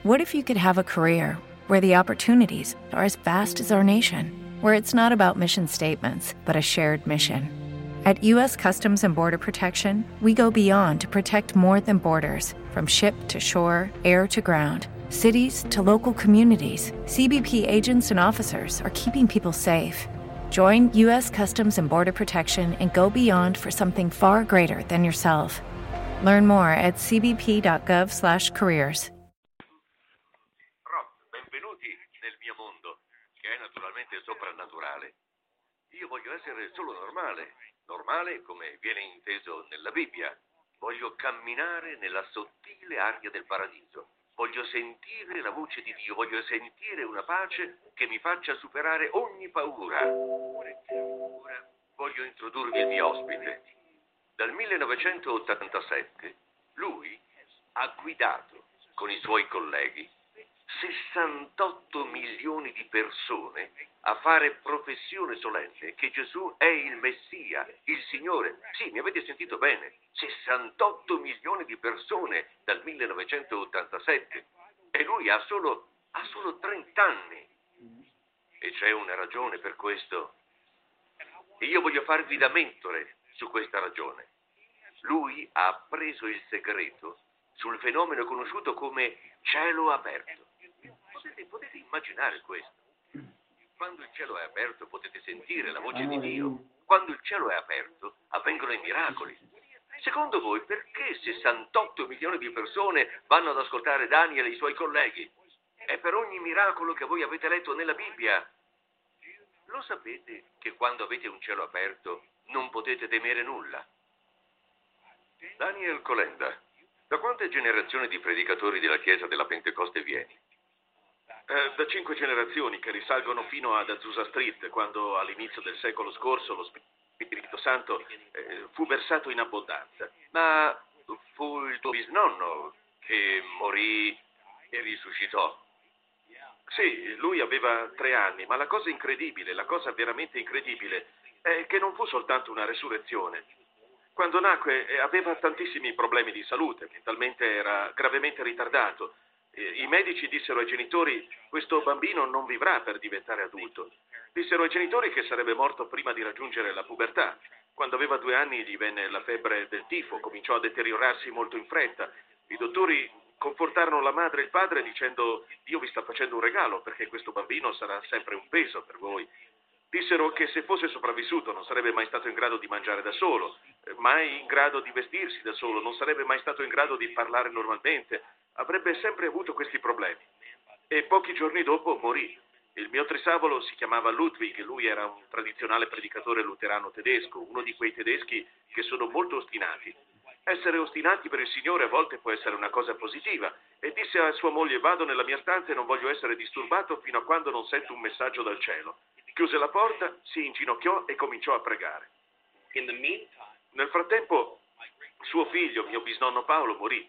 What if you could have a career where the opportunities are as vast as our nation, where it's not about mission statements, but a shared mission? At U.S. Customs and Border Protection, we go beyond to protect more than borders. From ship to shore, air to ground, cities to local communities, CBP agents and officers are keeping people safe. Join U.S. Customs and Border Protection and go beyond for something far greater than yourself. Learn more at cbp.gov/careers. Rob, benvenuti nel mio mondo, che è naturalmente soprannaturale. Io voglio essere solo normale come viene inteso nella Bibbia. Voglio camminare nella sottile aria del paradiso. Voglio sentire la voce di Dio, voglio sentire una pace che mi faccia superare ogni paura. Ora voglio introdurvi il mio ospite. Dal 1987 lui ha guidato con i suoi colleghi 68 milioni di persone a fare professione solenne che Gesù è il Messia, il Signore. Sì, mi avete sentito bene, 68 milioni di persone dal 1987 e lui ha solo 30 anni. E c'è una ragione per questo. E io voglio farvi da mentore su questa ragione. Lui ha appreso il segreto sul fenomeno conosciuto come cielo aperto. Potete immaginare questo. Quando il cielo è aperto potete sentire la voce di Dio. Quando il cielo è aperto avvengono i miracoli. Secondo voi perché 68 milioni di persone vanno ad ascoltare Daniel e i suoi colleghi? È per ogni miracolo che voi avete letto nella Bibbia. Lo sapete che quando avete un cielo aperto non potete temere nulla? Daniel Kolenda, da quante generazioni di predicatori della Chiesa della Pentecoste vieni? Da 5 generazioni che risalgono fino ad Azusa Street, quando all'inizio del secolo scorso lo Spirito Santo fu versato in abbondanza. Ma fu il tuo bisnonno che morì e risuscitò? Sì, lui aveva 3 anni, ma la cosa incredibile, la cosa veramente incredibile, è che non fu soltanto una resurrezione. Quando nacque aveva tantissimi problemi di salute, mentalmente era gravemente ritardato. I medici dissero ai genitori: questo bambino non vivrà per diventare adulto. Dissero ai genitori che sarebbe morto prima di raggiungere la pubertà. Quando aveva 2 anni gli venne la febbre del tifo, cominciò a deteriorarsi molto in fretta. I dottori confortarono la madre e il padre dicendo: Dio vi sta facendo un regalo perché questo bambino sarà sempre un peso per voi. Dissero che se fosse sopravvissuto non sarebbe mai stato in grado di mangiare da solo, mai in grado di vestirsi da solo, non sarebbe mai stato in grado di parlare normalmente, avrebbe sempre avuto questi problemi. E pochi giorni dopo morì. Il mio trisavolo si chiamava Ludwig, lui era un tradizionale predicatore luterano tedesco, uno di quei tedeschi che sono molto ostinati. Essere ostinati per il Signore a volte può essere una cosa positiva, e disse a sua moglie: vado nella mia stanza e non voglio essere disturbato fino a quando non sento un messaggio dal cielo. Chiuse la porta, si inginocchiò e cominciò a pregare. Nel frattempo, suo figlio, mio bisnonno Paolo, morì.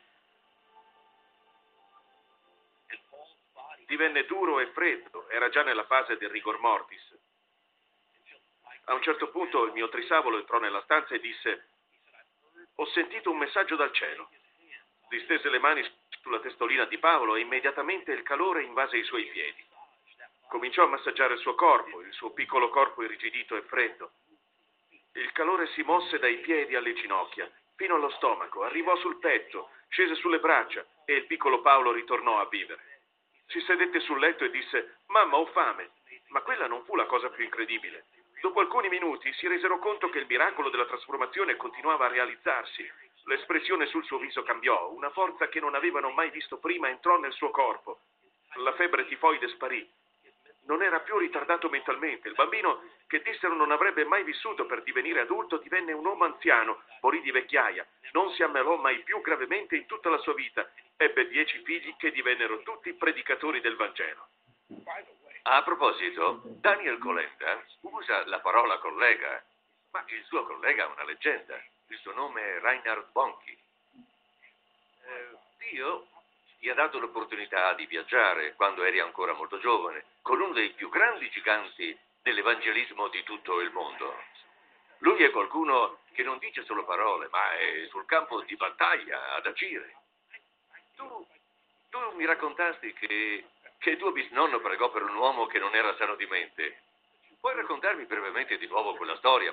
Divenne duro e freddo, era già nella fase del rigor mortis. A un certo punto il mio trisavolo entrò nella stanza e disse: ho sentito un messaggio dal cielo. Distese le mani sulla testolina di Paolo e immediatamente il calore invase i suoi piedi. Cominciò a massaggiare il suo corpo, il suo piccolo corpo irrigidito e freddo. Il calore si mosse dai piedi alle ginocchia, fino allo stomaco, arrivò sul petto, scese sulle braccia e il piccolo Paolo ritornò a vivere. Si sedette sul letto e disse: mamma, ho fame. Ma quella non fu la cosa più incredibile. Dopo alcuni minuti si resero conto che il miracolo della trasformazione continuava a realizzarsi. L'espressione sul suo viso cambiò, una forza che non avevano mai visto prima entrò nel suo corpo. La febbre tifoide sparì. Non era più ritardato mentalmente. Il bambino, che dissero non avrebbe mai vissuto per divenire adulto, divenne un uomo anziano, morì di vecchiaia, non si ammalò mai più gravemente in tutta la sua vita. Ebbe 10 figli che divennero tutti predicatori del Vangelo. A proposito, Daniel Kolenda usa la parola collega, ma il suo collega è una leggenda. Il suo nome è Reinhard Bonnke. Dio ti ha dato l'opportunità di viaggiare quando eri ancora molto giovane con uno dei più grandi giganti dell'evangelismo di tutto il mondo. Lui è qualcuno che non dice solo parole, ma è sul campo di battaglia ad agire. Tu Tu mi raccontasti che tuo bisnonno pregò per un uomo che non era sano di mente. Puoi raccontarmi brevemente di nuovo quella storia?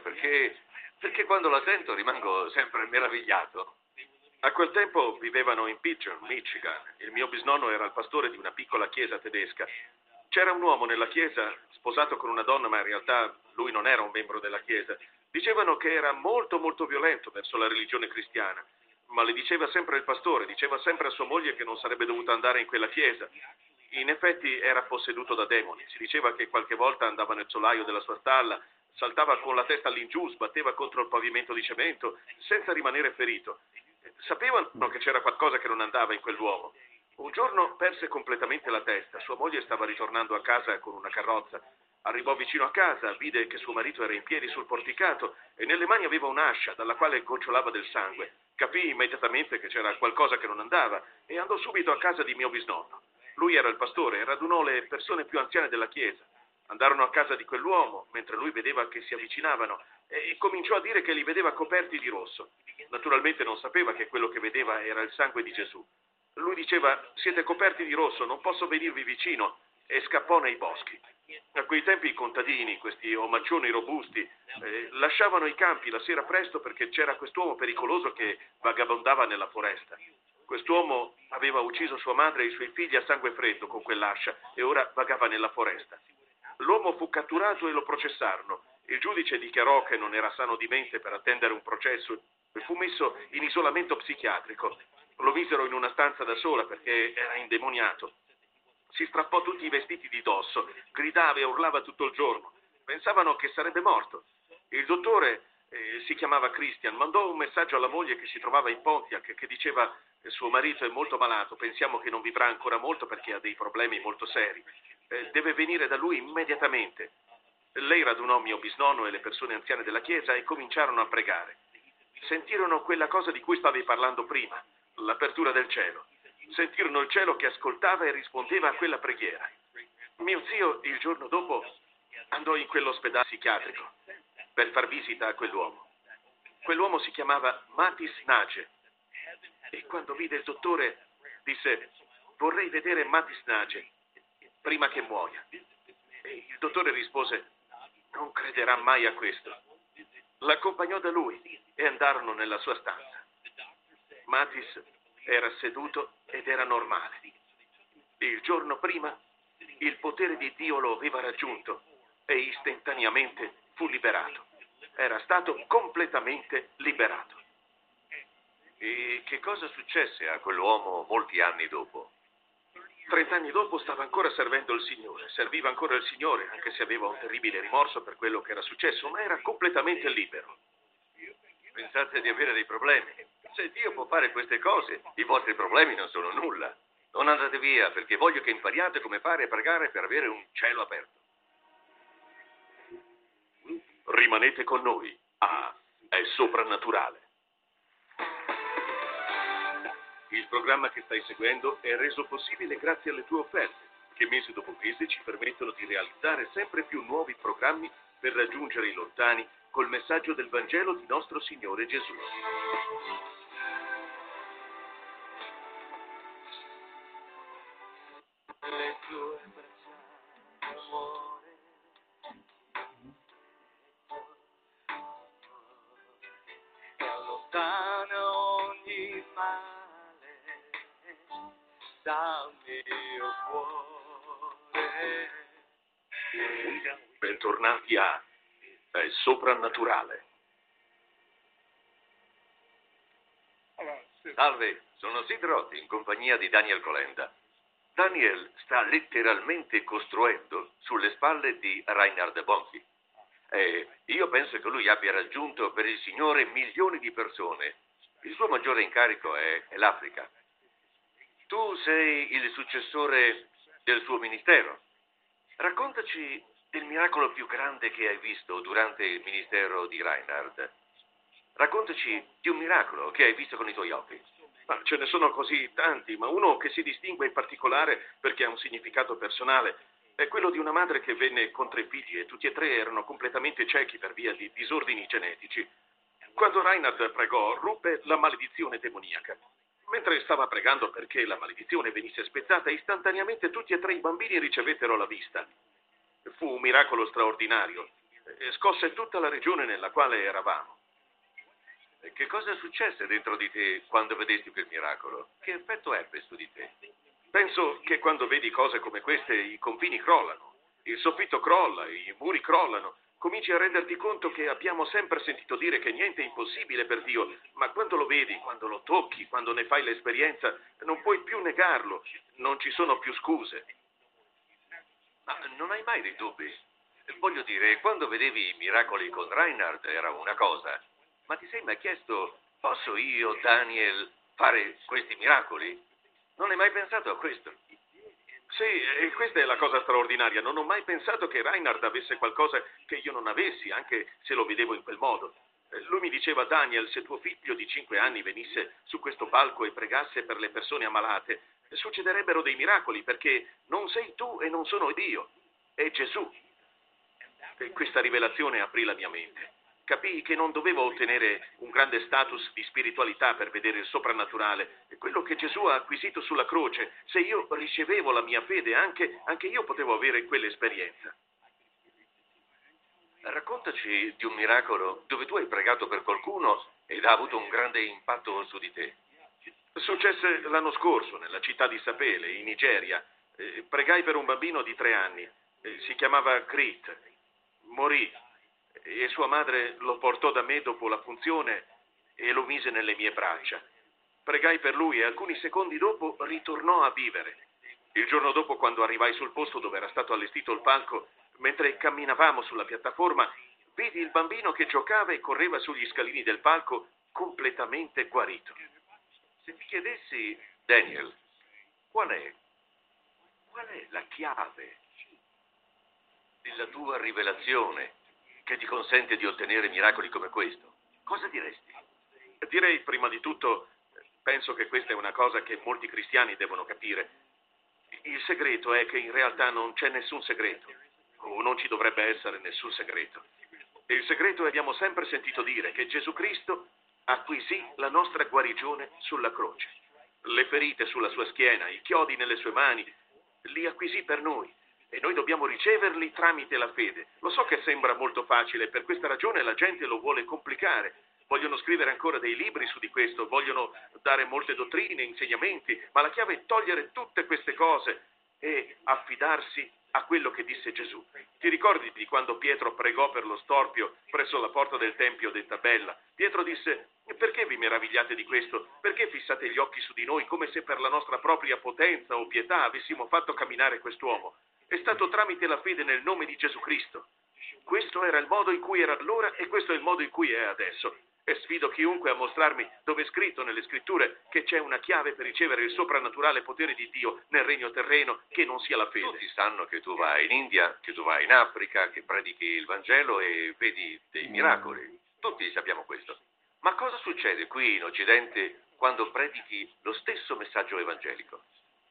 Perché quando la sento rimango sempre meravigliato. A quel tempo vivevano in Pigeon, Michigan. Il mio bisnonno era il pastore di una piccola chiesa tedesca. C'era un uomo nella chiesa, sposato con una donna, ma in realtà lui non era un membro della chiesa. Dicevano che era molto molto violento verso la religione cristiana, ma le diceva sempre il pastore, diceva sempre a sua moglie che non sarebbe dovuta andare in quella chiesa. In effetti era posseduto da demoni. Si diceva che qualche volta andava nel solaio della sua stalla, saltava con la testa all'ingiù, sbatteva contro il pavimento di cemento, senza rimanere ferito. Sapevano che c'era qualcosa che non andava in quell'uomo. Un giorno perse completamente la testa. Sua moglie stava ritornando a casa con una carrozza. Arrivò vicino a casa, vide che suo marito era in piedi sul porticato e nelle mani aveva un'ascia dalla quale gocciolava del sangue. Capì immediatamente che c'era qualcosa che non andava e andò subito a casa di mio bisnonno. Lui era il pastore e radunò le persone più anziane della chiesa. Andarono a casa di quell'uomo, mentre lui vedeva che si avvicinavano, e cominciò a dire che li vedeva coperti di rosso. Naturalmente non sapeva che quello che vedeva era il sangue di Gesù. Lui diceva: siete coperti di rosso, non posso venirvi vicino, e scappò nei boschi. A quei tempi i contadini, questi omaccioni robusti, lasciavano i campi la sera presto perché c'era quest'uomo pericoloso che vagabondava nella foresta. Quest'uomo aveva ucciso sua madre e i suoi figli a sangue freddo con quell'ascia e ora vagava nella foresta. L'uomo fu catturato e lo processarono. Il giudice dichiarò che non era sano di mente per attendere un processo e fu messo in isolamento psichiatrico. Lo misero in una stanza da sola perché era indemoniato. Si strappò tutti i vestiti di dosso, gridava e urlava tutto il giorno. Pensavano che sarebbe morto. Il dottore, si chiamava Christian, mandò un messaggio alla moglie che si trovava in Pontiac che diceva: suo marito è molto malato, pensiamo che non vivrà ancora molto perché ha dei problemi molto seri. Deve venire da lui immediatamente. Lei radunò mio bisnonno e le persone anziane della chiesa e cominciarono a pregare. Sentirono quella cosa di cui stavi parlando prima, l'apertura del cielo. Sentirono il cielo che ascoltava e rispondeva a quella preghiera. Mio zio, il giorno dopo, andò in quell'ospedale psichiatrico per far visita a quell'uomo. Quell'uomo si chiamava Matis Nage. E quando vide il dottore, disse: vorrei vedere Matis Nage prima che muoia. E il dottore rispose: non crederà mai a questo. L'accompagnò da lui e andarono nella sua stanza. Matis era seduto ed era normale. Il giorno prima il potere di Dio lo aveva raggiunto e istantaneamente fu liberato. Era stato completamente liberato. E che cosa successe a quell'uomo molti anni dopo? 30 anni dopo stava ancora servendo il Signore, serviva ancora il Signore, anche se aveva un terribile rimorso per quello che era successo, ma era completamente libero. Pensate di avere dei problemi? Se Dio può fare queste cose, i vostri problemi non sono nulla. Non andate via, perché voglio che impariate come fare a pregare per avere un cielo aperto. Rimanete con noi. È soprannaturale. Il programma che stai seguendo è reso possibile grazie alle tue offerte, che mese dopo mese ci permettono di realizzare sempre più nuovi programmi per raggiungere i lontani col messaggio del Vangelo di nostro Signore Gesù. Le tue braccia, amore, e allontana ogni male dal mio cuore. Bentornati a È soprannaturale. Salve, sono Sid Roth in compagnia di Daniel Colenda. Daniel sta letteralmente costruendo sulle spalle di Reinhard Bonnke. E io penso che lui abbia raggiunto per il Signore milioni di persone. Il suo maggiore incarico è l'Africa. Tu sei il successore del suo ministero. Raccontaci del miracolo più grande che hai visto durante il ministero di Reinhard. Raccontaci di un miracolo che hai visto con i tuoi occhi. Ma ce ne sono così tanti, ma uno che si distingue in particolare perché ha un significato personale è quello di una madre che venne con 3 figli e tutti e 3 erano completamente ciechi per via di disordini genetici. Quando Reinhard pregò, ruppe la maledizione demoniaca. Mentre stava pregando perché la maledizione venisse spezzata, istantaneamente tutti e tre i bambini ricevettero la vista. Fu un miracolo straordinario. Scosse tutta la regione nella quale eravamo. E che cosa successe dentro di te quando vedesti quel miracolo? Che effetto ebbe su di te? Penso che quando vedi cose come queste i confini crollano, il soffitto crolla, i muri crollano. Cominci a renderti conto che abbiamo sempre sentito dire che niente è impossibile per Dio, ma quando lo vedi, quando lo tocchi, quando ne fai l'esperienza, non puoi più negarlo, non ci sono più scuse. Ma non hai mai dei dubbi? Voglio dire, quando vedevi i miracoli con Reinhard era una cosa, ma ti sei mai chiesto, posso io, Daniel, fare questi miracoli? Non hai mai pensato a questo? Sì, e questa è la cosa straordinaria. Non ho mai pensato che Reinhard avesse qualcosa che io non avessi, anche se lo vedevo in quel modo. Lui mi diceva: Daniel, se tuo figlio di 5 anni venisse su questo palco e pregasse per le persone ammalate, succederebbero dei miracoli, perché non sei tu e non sono Dio, è Gesù. E questa rivelazione aprì la mia mente. Capii che non dovevo ottenere un grande status di spiritualità per vedere il soprannaturale. Quello che Gesù ha acquisito sulla croce, se io ricevevo la mia fede, anche io potevo avere quell'esperienza. Raccontaci di un miracolo dove tu hai pregato per qualcuno ed ha avuto un grande impatto su di te. Successe l'anno scorso nella città di Sapele, in Nigeria. Pregai per un bambino di 3 anni. Si chiamava Crit. Morì. E sua madre lo portò da me dopo la punzione e lo mise nelle mie braccia. Pregai per lui e alcuni secondi dopo ritornò a vivere. Il giorno dopo, quando arrivai sul posto dove era stato allestito il palco, mentre camminavamo sulla piattaforma, vidi il bambino che giocava e correva sugli scalini del palco completamente guarito. Se ti chiedessi, Daniel, qual è la chiave della tua rivelazione che ti consente di ottenere miracoli come questo, cosa diresti? Direi, prima di tutto, penso che questa è una cosa che molti cristiani devono capire. Il segreto è che in realtà non c'è nessun segreto, o non ci dovrebbe essere nessun segreto. Il segreto è, abbiamo sempre sentito dire, che Gesù Cristo acquisì la nostra guarigione sulla croce. Le ferite sulla sua schiena, i chiodi nelle sue mani, li acquisì per noi. E noi dobbiamo riceverli tramite la fede. Lo so che sembra molto facile, per questa ragione la gente lo vuole complicare. Vogliono scrivere ancora dei libri su di questo, vogliono dare molte dottrine, insegnamenti, ma la chiave è togliere tutte queste cose e affidarsi a quello che disse Gesù. Ti ricordi di quando Pietro pregò per lo storpio presso la porta del Tempio detta Bella? Pietro disse: perché vi meravigliate di questo? Perché fissate gli occhi su di noi come se per la nostra propria potenza o pietà avessimo fatto camminare quest'uomo? È stato tramite la fede nel nome di Gesù Cristo. Questo era il modo in cui era allora e questo è il modo in cui è adesso. E sfido chiunque a mostrarmi dove è scritto nelle scritture che c'è una chiave per ricevere il soprannaturale potere di Dio nel regno terreno che non sia la fede. Tutti sanno che tu vai in India, che tu vai in Africa, che predichi il Vangelo e vedi dei miracoli. Tutti sappiamo questo. Ma cosa succede qui in Occidente quando predichi lo stesso messaggio evangelico?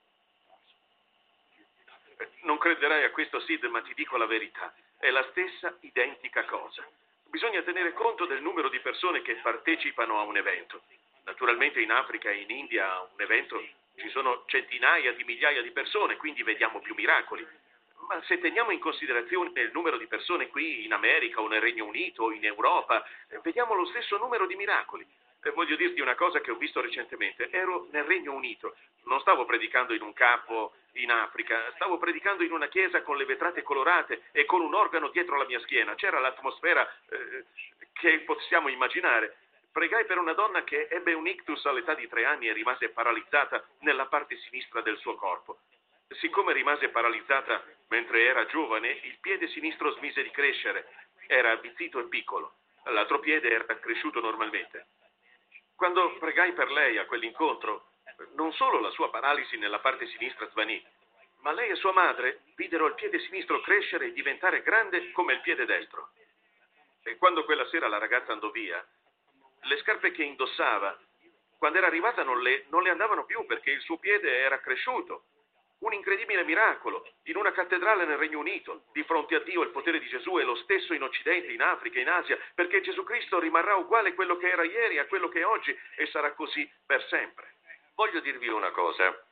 Non crederai a questo, Sid, ma ti dico la verità. È la stessa identica cosa. Bisogna tenere conto del numero di persone che partecipano a un evento. Naturalmente in Africa e in India a un evento ci sono centinaia di migliaia di persone, quindi vediamo più miracoli. Ma se teniamo in considerazione il numero di persone qui in America o nel Regno Unito o in Europa, vediamo lo stesso numero di miracoli. Voglio dirti una cosa che ho visto recentemente. Ero nel Regno Unito. Non stavo predicando in un campo in Africa, stavo predicando in una chiesa con le vetrate colorate e con un organo dietro la mia schiena. C'era l'atmosfera che possiamo immaginare. Pregai per una donna che ebbe un ictus all'età di 3 anni e rimase paralizzata nella parte sinistra del suo corpo. Siccome rimase paralizzata mentre era giovane, il piede sinistro smise di crescere. Era avvizzito e piccolo. L'altro piede era cresciuto normalmente. Quando pregai per lei a quell'incontro, non solo la sua paralisi nella parte sinistra svanì, ma lei e sua madre videro il piede sinistro crescere e diventare grande come il piede destro. E quando quella sera la ragazza andò via, le scarpe che indossava, quando era arrivata non le andavano più perché il suo piede era cresciuto. Un incredibile miracolo, in una cattedrale nel Regno Unito. Di fronte a Dio il potere di Gesù è lo stesso in Occidente, in Africa, in Asia, perché Gesù Cristo rimarrà uguale a quello che era ieri, a quello che è oggi, e sarà così per sempre. voglio dirvi una cosa.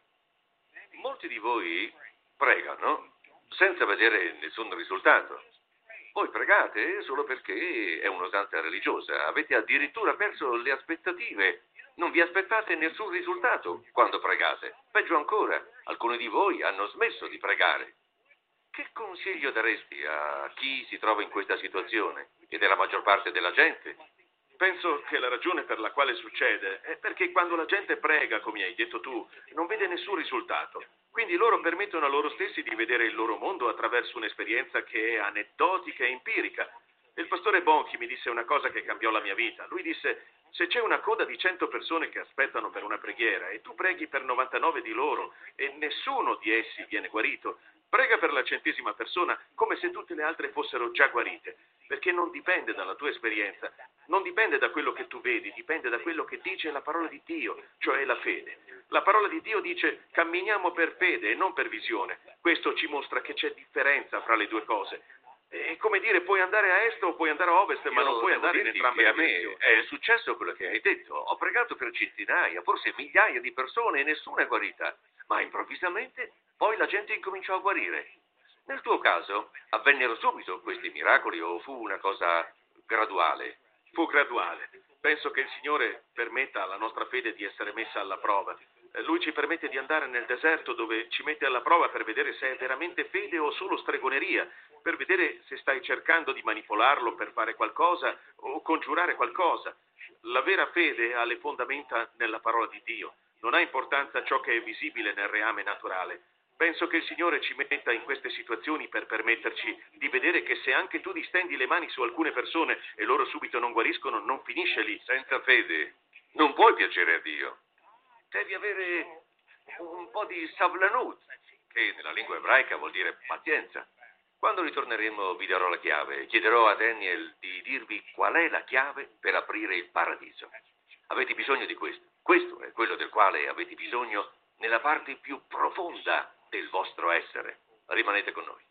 Molti di voi pregano senza vedere nessun risultato. Voi pregate solo perché è un'usanza religiosa. Avete addirittura perso le aspettative. Non vi aspettate nessun risultato quando pregate. Peggio ancora, alcuni di voi hanno smesso di pregare. Che consiglio daresti a chi si trova in questa situazione? Ed è la maggior parte della gente. Penso che la ragione per la quale succede è perché quando la gente prega, come hai detto tu, non vede nessun risultato. Quindi loro permettono a loro stessi di vedere il loro mondo attraverso un'esperienza che è aneddotica e empirica. Il pastore Bonchi mi disse una cosa che cambiò la mia vita. Lui disse: se c'è una coda di 100 persone che aspettano per una preghiera e tu preghi per 99 di loro e nessuno di essi viene guarito, prega per la 100ª persona come se tutte le altre fossero già guarite, perché non dipende dalla tua esperienza, non dipende da quello che tu vedi, dipende da quello che dice la parola di Dio, cioè la fede. La parola di Dio dice: camminiamo per fede e non per visione. Questo ci mostra che c'è differenza fra le due cose. È come dire, puoi andare a est o puoi andare a ovest, ma non puoi andare in entrambe le direzioni. A me è successo quello che hai detto. Ho pregato per centinaia, forse migliaia di persone e nessuna è guarita. Ma improvvisamente poi la gente incominciò a guarire. Nel tuo caso avvennero subito questi miracoli o fu una cosa graduale? Fu graduale. Penso che il Signore permetta alla nostra fede di essere messa alla prova. Lui ci permette di andare nel deserto dove ci mette alla prova per vedere se è veramente fede o solo stregoneria, per vedere se stai cercando di manipolarlo per fare qualcosa o congiurare qualcosa. La vera fede ha le fondamenta nella parola di Dio. Non ha importanza ciò che è visibile nel reame naturale. Penso che il Signore ci metta in queste situazioni per permetterci di vedere che se anche tu distendi le mani su alcune persone e loro subito non guariscono, non finisce lì. Senza fede non puoi piacere a Dio. Devi avere un po' di savlanut, che nella lingua ebraica vuol dire pazienza. Quando ritorneremo vi darò la chiave e chiederò a Daniel di dirvi qual è la chiave per aprire il paradiso. Avete bisogno di questo. Questo è quello del quale avete bisogno nella parte più profonda del vostro essere. Rimanete con noi.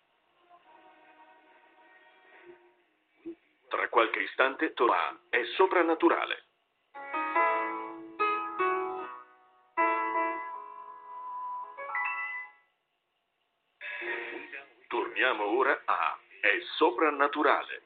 Tra qualche istante Torah è soprannaturale. Torniamo ora a È soprannaturale.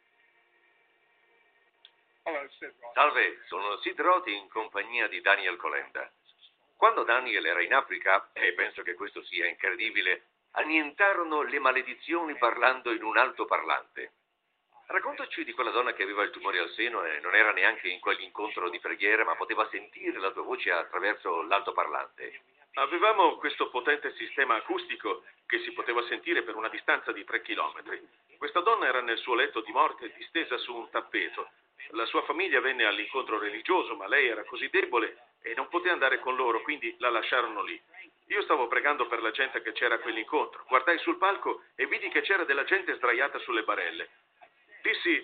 Salve, sono Sid Roth in compagnia di Daniel Colenda. Quando Daniel era in Africa, e penso che questo sia incredibile, annientarono le maledizioni parlando in un altoparlante. Raccontaci di quella donna che aveva il tumore al seno e non era neanche in quell'incontro di preghiera, ma poteva sentire la tua voce attraverso l'altoparlante. Avevamo questo potente sistema acustico che si poteva sentire per una distanza di 3 chilometri. Questa donna era nel suo letto di morte distesa su un tappeto. La sua famiglia venne all'incontro religioso, ma lei era così debole e non poteva andare con loro, quindi la lasciarono lì. Io stavo pregando per la gente che c'era a quell'incontro. Guardai sul palco e vidi che c'era della gente sdraiata sulle barelle. Dissi: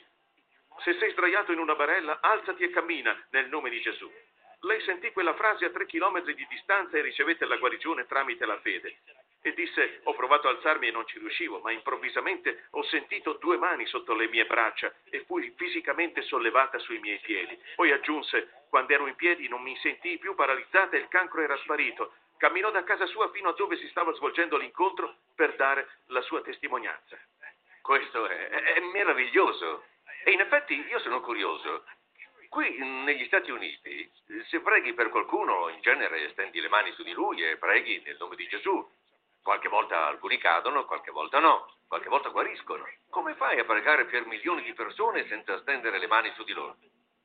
se sei sdraiato in una barella, alzati e cammina nel nome di Gesù. Lei sentì quella frase a 3 chilometri di distanza e ricevette la guarigione tramite la fede. E disse: ho provato a alzarmi e non ci riuscivo, ma improvvisamente ho sentito 2 mani sotto le mie braccia e fui fisicamente sollevata sui miei piedi. Poi aggiunse: quando ero in piedi non mi sentii più paralizzata e il cancro era sparito. Camminò da casa sua fino a dove si stava svolgendo l'incontro per dare la sua testimonianza. Questo è meraviglioso. E in effetti io sono curioso. Qui negli Stati Uniti, se preghi per qualcuno, in genere stendi le mani su di lui e preghi nel nome di Gesù. Qualche volta alcuni cadono, qualche volta no, qualche volta guariscono. Come fai a pregare per milioni di persone senza stendere le mani su di loro?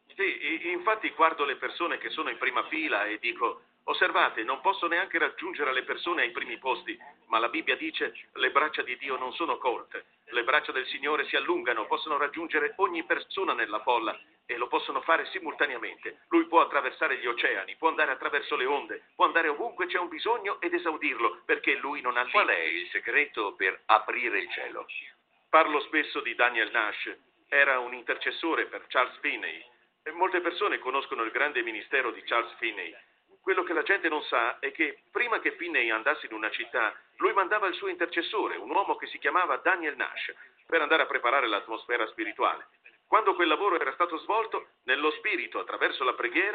Sì, infatti guardo le persone che sono in prima fila e dico: osservate, non posso neanche raggiungere le persone ai primi posti, ma la Bibbia dice: le braccia di Dio non sono corte, le braccia del Signore si allungano, possono raggiungere ogni persona nella folla e lo possono fare simultaneamente. Lui può attraversare gli oceani, può andare attraverso le onde, può andare ovunque c'è un bisogno ed esaudirlo, perché lui non ha limiti. Qual è il segreto per aprire il cielo? Parlo spesso di Daniel Nash, era un intercessore per Charles Finney. E molte persone conoscono il grande ministero di Charles Finney. Quello che la gente non sa è che prima che Finney andasse in una città, lui mandava il suo intercessore, un uomo che si chiamava Daniel Nash, per andare a preparare l'atmosfera spirituale. Quando quel lavoro era stato svolto, nello spirito, attraverso la preghiera,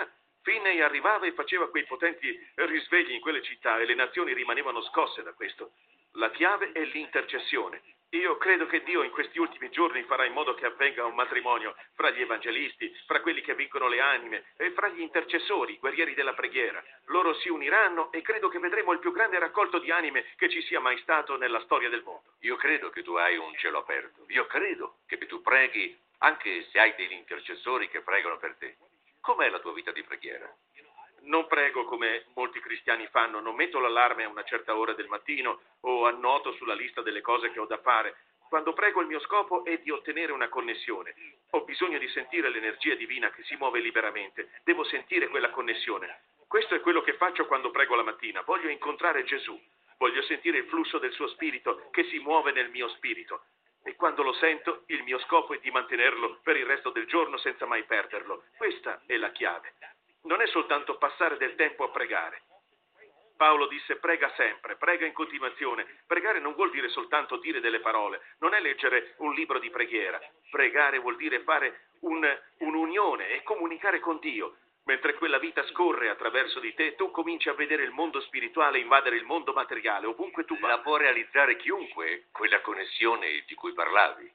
Finney arrivava e faceva quei potenti risvegli in quelle città e le nazioni rimanevano scosse da questo. La chiave è l'intercessione. Io credo che Dio in questi ultimi giorni farà in modo che avvenga un matrimonio fra gli evangelisti, fra quelli che vincono le anime e fra gli intercessori, i guerrieri della preghiera. Loro si uniranno e credo che vedremo il più grande raccolto di anime che ci sia mai stato nella storia del mondo. Io credo che tu hai un cielo aperto. Io credo che tu preghi anche se hai degli intercessori che pregano per te. Com'è la tua vita di preghiera? Non prego come molti cristiani fanno, non metto l'allarme a una certa ora del mattino o annoto sulla lista delle cose che ho da fare. Quando prego il mio scopo è di ottenere una connessione. Ho bisogno di sentire l'energia divina che si muove liberamente. Devo sentire quella connessione. Questo è quello che faccio quando prego la mattina. Voglio incontrare Gesù. Voglio sentire il flusso del suo spirito che si muove nel mio spirito. E quando lo sento, il mio scopo è di mantenerlo per il resto del giorno senza mai perderlo. Questa è la chiave. Non è soltanto passare del tempo a pregare. Paolo disse prega sempre, prega in continuazione. Pregare non vuol dire soltanto dire delle parole, non è leggere un libro di preghiera. Pregare vuol dire fare un'unione e comunicare con Dio. Mentre quella vita scorre attraverso di te, tu cominci a vedere il mondo spirituale invadere il mondo materiale, ovunque tu vada. La può realizzare chiunque, quella connessione di cui parlavi.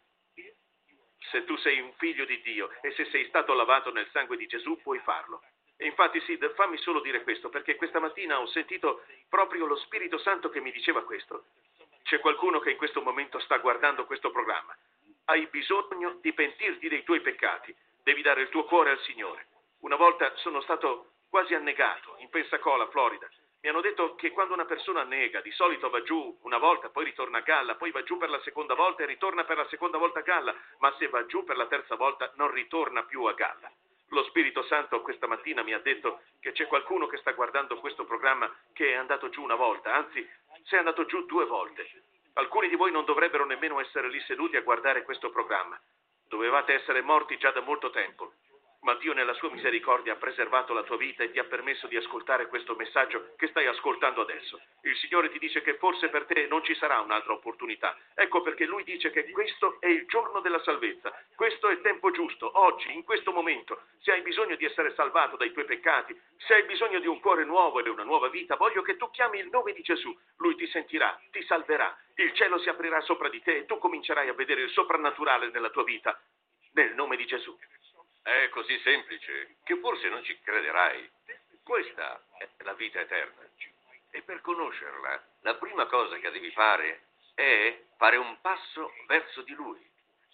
Se tu sei un figlio di Dio e se sei stato lavato nel sangue di Gesù, puoi farlo. E infatti, Sid, fammi solo dire questo, perché questa mattina ho sentito proprio lo Spirito Santo che mi diceva questo. C'è qualcuno che in questo momento sta guardando questo programma. Hai bisogno di pentirti dei tuoi peccati. Devi dare il tuo cuore al Signore. Una volta sono stato quasi annegato in Pensacola, Florida. Mi hanno detto che quando una persona annega, di solito va giù una volta, poi ritorna a galla, poi va giù per la seconda volta e ritorna per la seconda volta a galla, ma se va giù per la terza volta non ritorna più a galla. Lo Spirito Santo questa mattina mi ha detto che c'è qualcuno che sta guardando questo programma che è andato giù una volta, anzi, se è andato giù 2 volte. Alcuni di voi non dovrebbero nemmeno essere lì seduti a guardare questo programma. Dovevate essere morti già da molto tempo. Ma Dio nella sua misericordia ha preservato la tua vita e ti ha permesso di ascoltare questo messaggio che stai ascoltando adesso. Il Signore ti dice che forse per te non ci sarà un'altra opportunità. Ecco perché Lui dice che questo è il giorno della salvezza. Questo è il tempo giusto, oggi, in questo momento. Se hai bisogno di essere salvato dai tuoi peccati, se hai bisogno di un cuore nuovo e di una nuova vita, voglio che tu chiami il nome di Gesù. Lui ti sentirà, ti salverà. Il cielo si aprirà sopra di te e tu comincerai a vedere il soprannaturale nella tua vita. Nel nome di Gesù. È così semplice che forse non ci crederai. Questa è la vita eterna. E per conoscerla, la prima cosa che devi fare è fare un passo verso di Lui.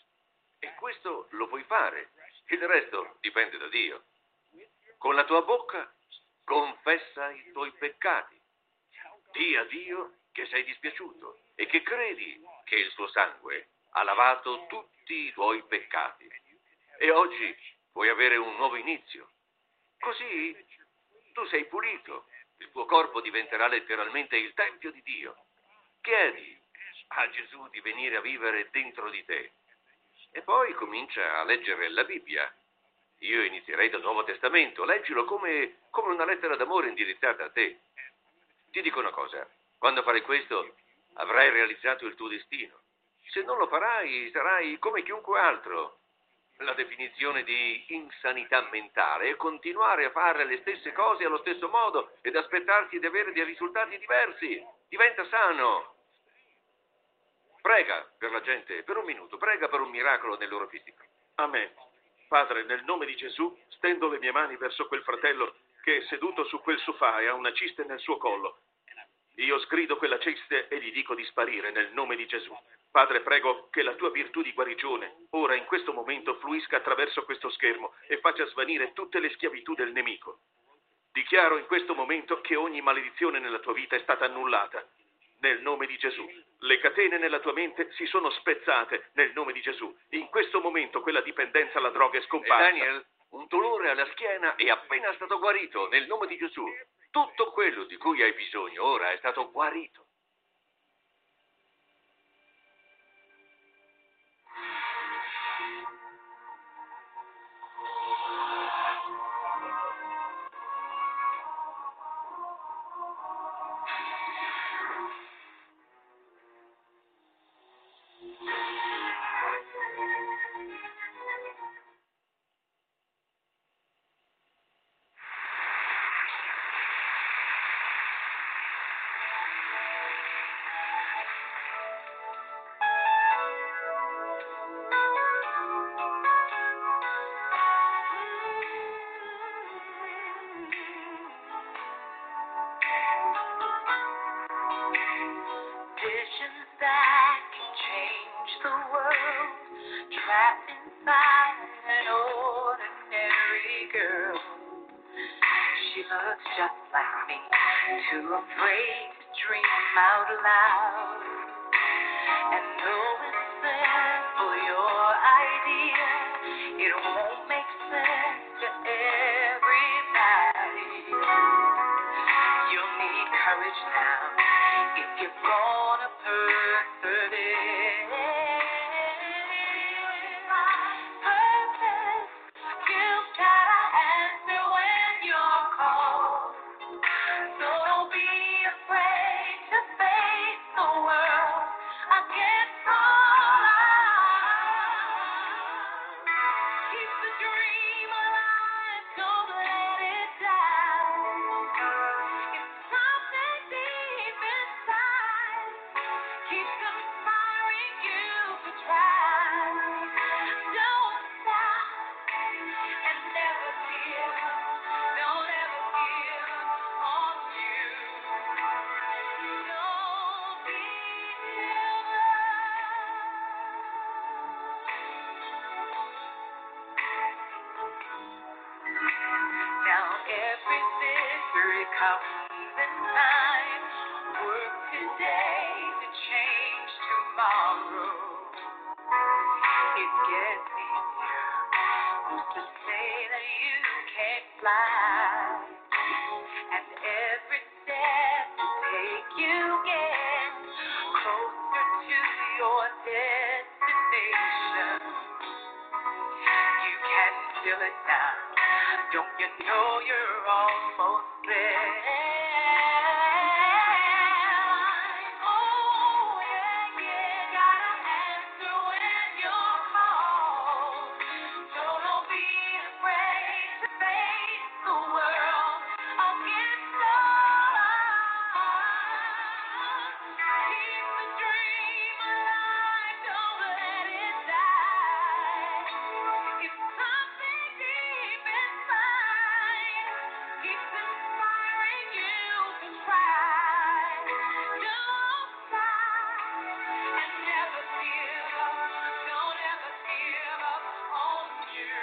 E questo lo puoi fare. Il resto dipende da Dio. Con la tua bocca confessa i tuoi peccati. Dì a Dio che sei dispiaciuto e che credi che il suo sangue ha lavato tutti i tuoi peccati. E oggi puoi avere un nuovo inizio. Così tu sei pulito. Il tuo corpo diventerà letteralmente il tempio di Dio. Chiedi a Gesù di venire a vivere dentro di te. E poi comincia a leggere la Bibbia. Io inizierei dal Nuovo Testamento. Leggilo come una lettera d'amore indirizzata a te. Ti dico una cosa. Quando farai questo, avrai realizzato il tuo destino. Se non lo farai, sarai come chiunque altro. La definizione di insanità mentale è continuare a fare le stesse cose allo stesso modo ed aspettarsi di avere dei risultati diversi. Diventa sano. Prega per la gente per un minuto, prega per un miracolo nel loro fisico. Amen. Padre, nel nome di Gesù, stendo le mie mani verso quel fratello che è seduto su quel sofà e ha una ciste nel suo collo. Io sgrido quella ciste e gli dico di sparire nel nome di Gesù. Padre, prego che la tua virtù di guarigione ora in questo momento fluisca attraverso questo schermo e faccia svanire tutte le schiavitù del nemico. Dichiaro in questo momento che ogni maledizione nella tua vita è stata annullata. Nel nome di Gesù. Le catene nella tua mente si sono spezzate nel nome di Gesù. In questo momento quella dipendenza alla droga è scomparsa. Daniel, un dolore alla schiena è appena stato guarito nel nome di Gesù. Tutto quello di cui hai bisogno ora è stato guarito. just like me, too afraid to dream out loud. And though it's simple, your idea, it won't make sense to everybody. You'll need courage now if you're gonna persevere. Purpose, you've gotta answer when you're called. So don't be afraid to face the world against all odds. Keep the dream alive, don't let it die. If something deep inside keeps inspiring you to try, don't stop and never give up. Don't ever give up on you. Don't give up. Now every victory comes in time. Work today to change tomorrow. It gets easier. Who's to say that you can't fly? And every step you take, you get closer to your destination. You can feel it now. Don't you know you're almost there? Oh, yeah, yeah. Gotta answer when you're called. So don't be afraid to face the world against all odds. Keep the dream alive, don't let it die. If something deep inside keeps inspiring you to try, don't stop and never give up. Don't ever give up on you.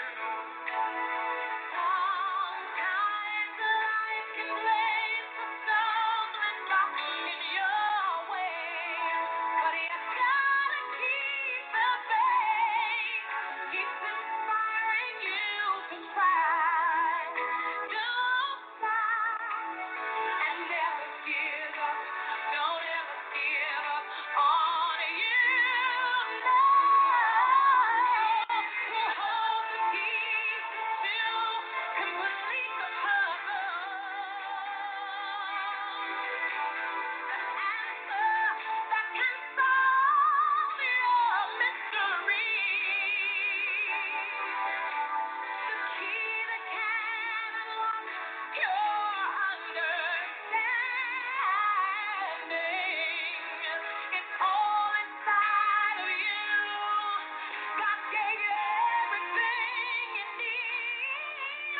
Sometimes life can place a stumbling block in your way, but you gotta keep the faith. Keeps inspiring you to try. Don't stop and never give up. Don't ever give up on you. No. So hold the keys to complete the puzzle. The answer that can solve your mystery. The key that can unlock your understanding. It's all inside of you. God gave you everything you need.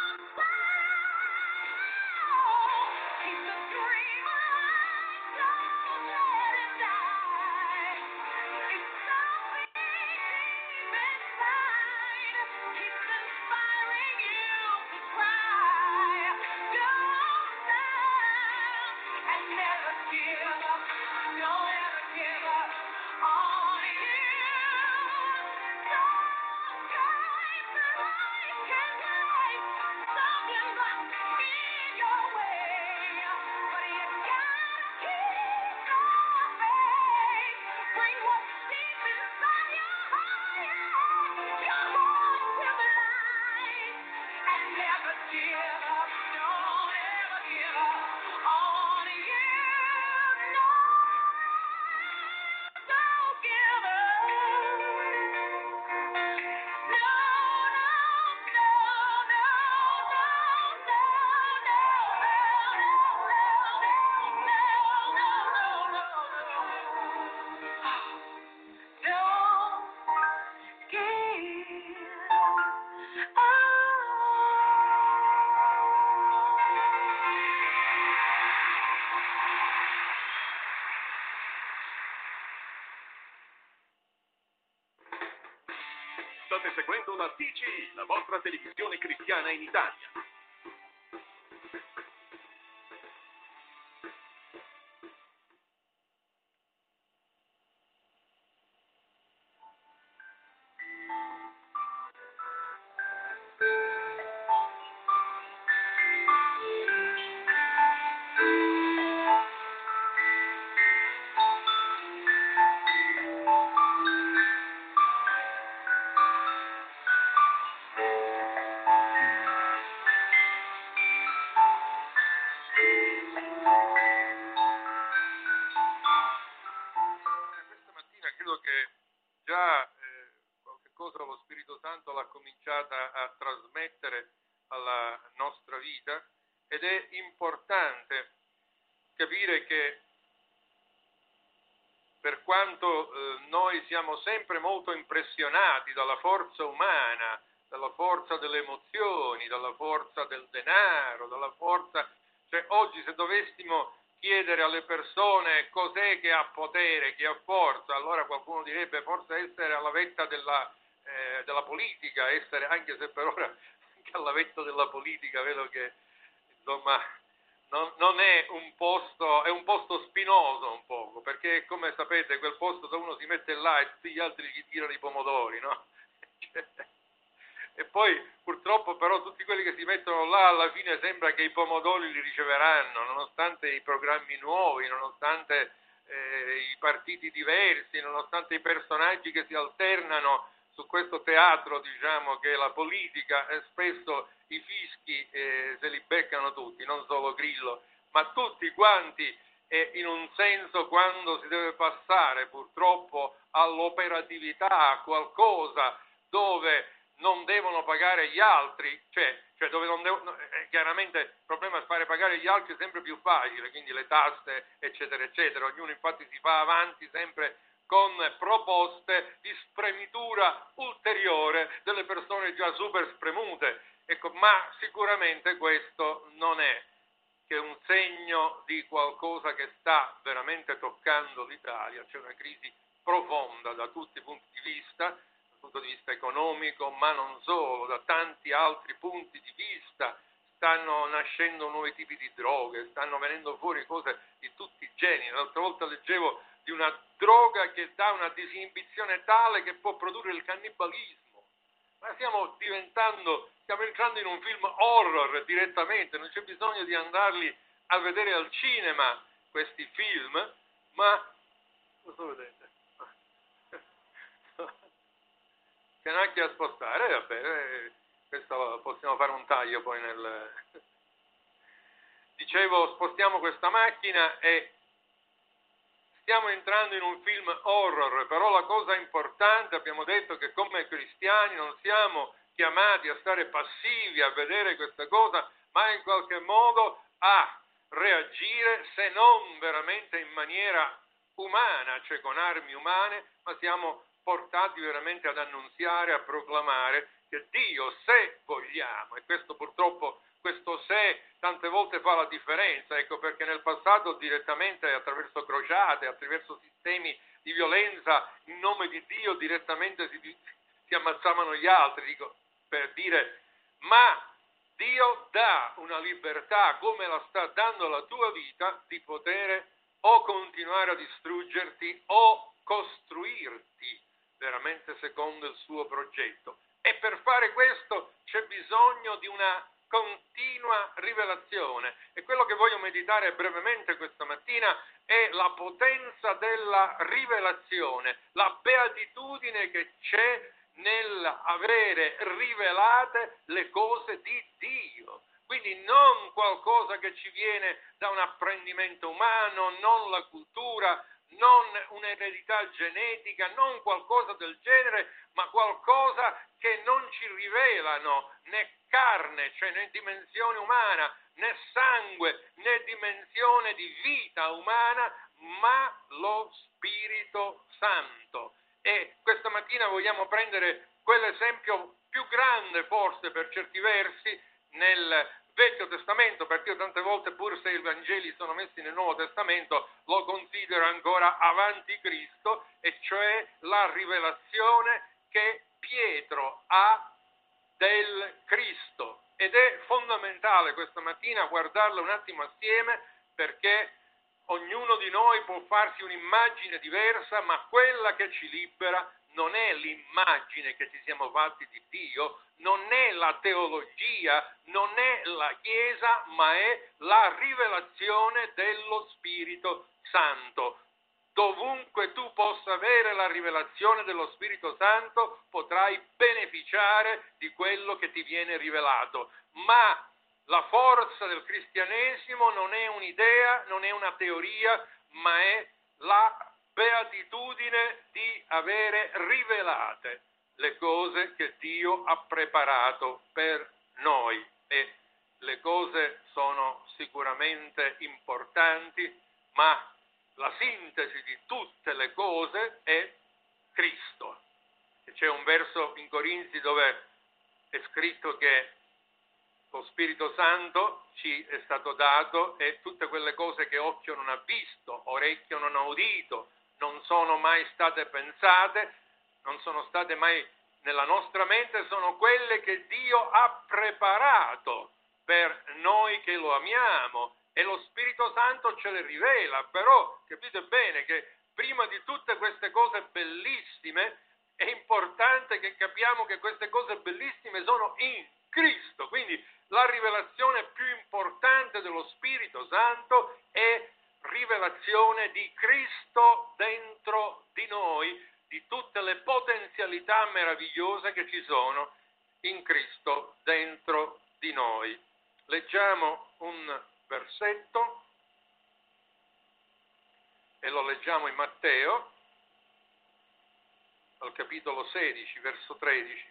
Keep the dream alive, don't let it die. If something deep inside keeps inspiring you to try, don't stop and never give up. Don't ever give up on you. Sometimes life can place stumbling blocks in your way, but you gotta keep the faith. Bring what's deep inside your heart to the light, and never give up. Don't ever give up on you. No, don't give up. No, no, no, State seguendo la TCI, la vostra televisione cristiana in Italia. che già qualche cosa lo Spirito Santo l'ha cominciata a trasmettere alla nostra vita, ed è importante capire che per quanto noi siamo sempre molto impressionati dalla forza umana, dalla forza delle emozioni, dalla forza del denaro, dalla forza... Cioè, oggi se dovessimo chiedere alle persone cos'è che ha potere, che ha forza, allora qualcuno direbbe forse essere alla vetta della politica, essere, anche se per ora anche alla vetta della politica vedo che insomma non è un posto, è un posto spinoso un poco, perché come sapete quel posto dove uno si mette là e tutti gli altri gli tirano i pomodori, no? E poi purtroppo però tutti quelli che si mettono là alla fine sembra che i pomodori li riceveranno, nonostante i programmi nuovi, nonostante i partiti diversi, nonostante i personaggi che si alternano su questo teatro, diciamo, che è la politica, e spesso i fischi se li beccano tutti, non solo Grillo, ma tutti quanti, in un senso, quando si deve passare purtroppo all'operatività, a qualcosa dove non devono pagare gli altri, cioè dove non devono, chiaramente il problema è fare pagare gli altri è sempre più facile, quindi le tasse, eccetera, eccetera. Ognuno infatti si fa avanti sempre con proposte di spremitura ulteriore delle persone già super spremute. Ecco, ma sicuramente questo non è che un segno di qualcosa che sta veramente toccando l'Italia. C'è una crisi profonda da tutti i punti di vista, dal punto di vista economico, ma non solo, da tanti altri punti di vista. Stanno nascendo nuovi tipi di droghe, stanno venendo fuori cose di tutti i generi. L'altra volta leggevo di una droga che dà una disinibizione tale che può produrre il cannibalismo. Ma stiamo entrando in un film horror direttamente, non c'è bisogno di andarli a vedere al cinema questi film, ma cosa vedete? Canacchi a spostare, vabbè, questo possiamo fare un taglio poi nel... Dicevo, spostiamo questa macchina e stiamo entrando in un film horror, però la cosa importante, abbiamo detto che come cristiani non siamo chiamati a stare passivi a vedere questa cosa, ma in qualche modo a reagire, se non veramente in maniera umana, cioè con armi umane, ma siamo portati veramente ad annunziare, a proclamare che Dio, se vogliamo, e questo purtroppo, questo se tante volte fa la differenza, ecco perché nel passato direttamente attraverso crociate, attraverso sistemi di violenza in nome di Dio direttamente si ammazzavano gli altri, dico, per dire, ma Dio dà una libertà come la sta dando alla tua vita di poter o continuare a distruggerti o costruirti veramente secondo il suo progetto. E per fare questo c'è bisogno di una continua rivelazione, e quello che voglio meditare brevemente questa mattina è la potenza della rivelazione, la beatitudine che c'è nell'avere rivelate le cose di Dio. Quindi non qualcosa che ci viene da un apprendimento umano, non la cultura, non un'eredità genetica, non qualcosa del genere, ma qualcosa che non ci rivelano né carne, cioè né dimensione umana, né sangue, né dimensione di vita umana, ma lo Spirito Santo. E questa mattina vogliamo prendere quell'esempio più grande forse per certi versi nel Vecchio Testamento, perché io tante volte, pur se i Vangeli sono messi nel Nuovo Testamento, lo considero ancora avanti Cristo, e cioè la rivelazione che Pietro ha del Cristo. Ed è fondamentale questa mattina guardarla un attimo assieme, perché ognuno di noi può farsi un'immagine diversa, ma quella che ci libera non è l'immagine che ci siamo fatti di Dio, non è la teologia, non è la Chiesa, ma è la rivelazione dello Spirito Santo. Dovunque tu possa avere la rivelazione dello Spirito Santo, potrai beneficiare di quello che ti viene rivelato. Ma la forza del cristianesimo non è un'idea, non è una teoria, ma è la beatitudine di avere rivelate le cose che Dio ha preparato per noi. E le cose sono sicuramente importanti, ma la sintesi di tutte le cose è Cristo. E c'è un verso in Corinzi dove è scritto che lo Spirito Santo ci è stato dato e tutte quelle cose che occhio non ha visto, orecchio non ha udito, non sono mai state pensate, non sono state mai nella nostra mente, sono quelle che Dio ha preparato per noi che lo amiamo, e lo Spirito Santo ce le rivela. Però capite bene che prima di tutte queste cose bellissime è importante che capiamo che queste cose bellissime sono in Cristo. Quindi la rivelazione più importante dello Spirito Santo è rivelazione di Cristo dentro di noi, di tutte le potenzialità meravigliose che ci sono in Cristo dentro di noi. Leggiamo un versetto e lo leggiamo in Matteo, al capitolo 16, verso 13.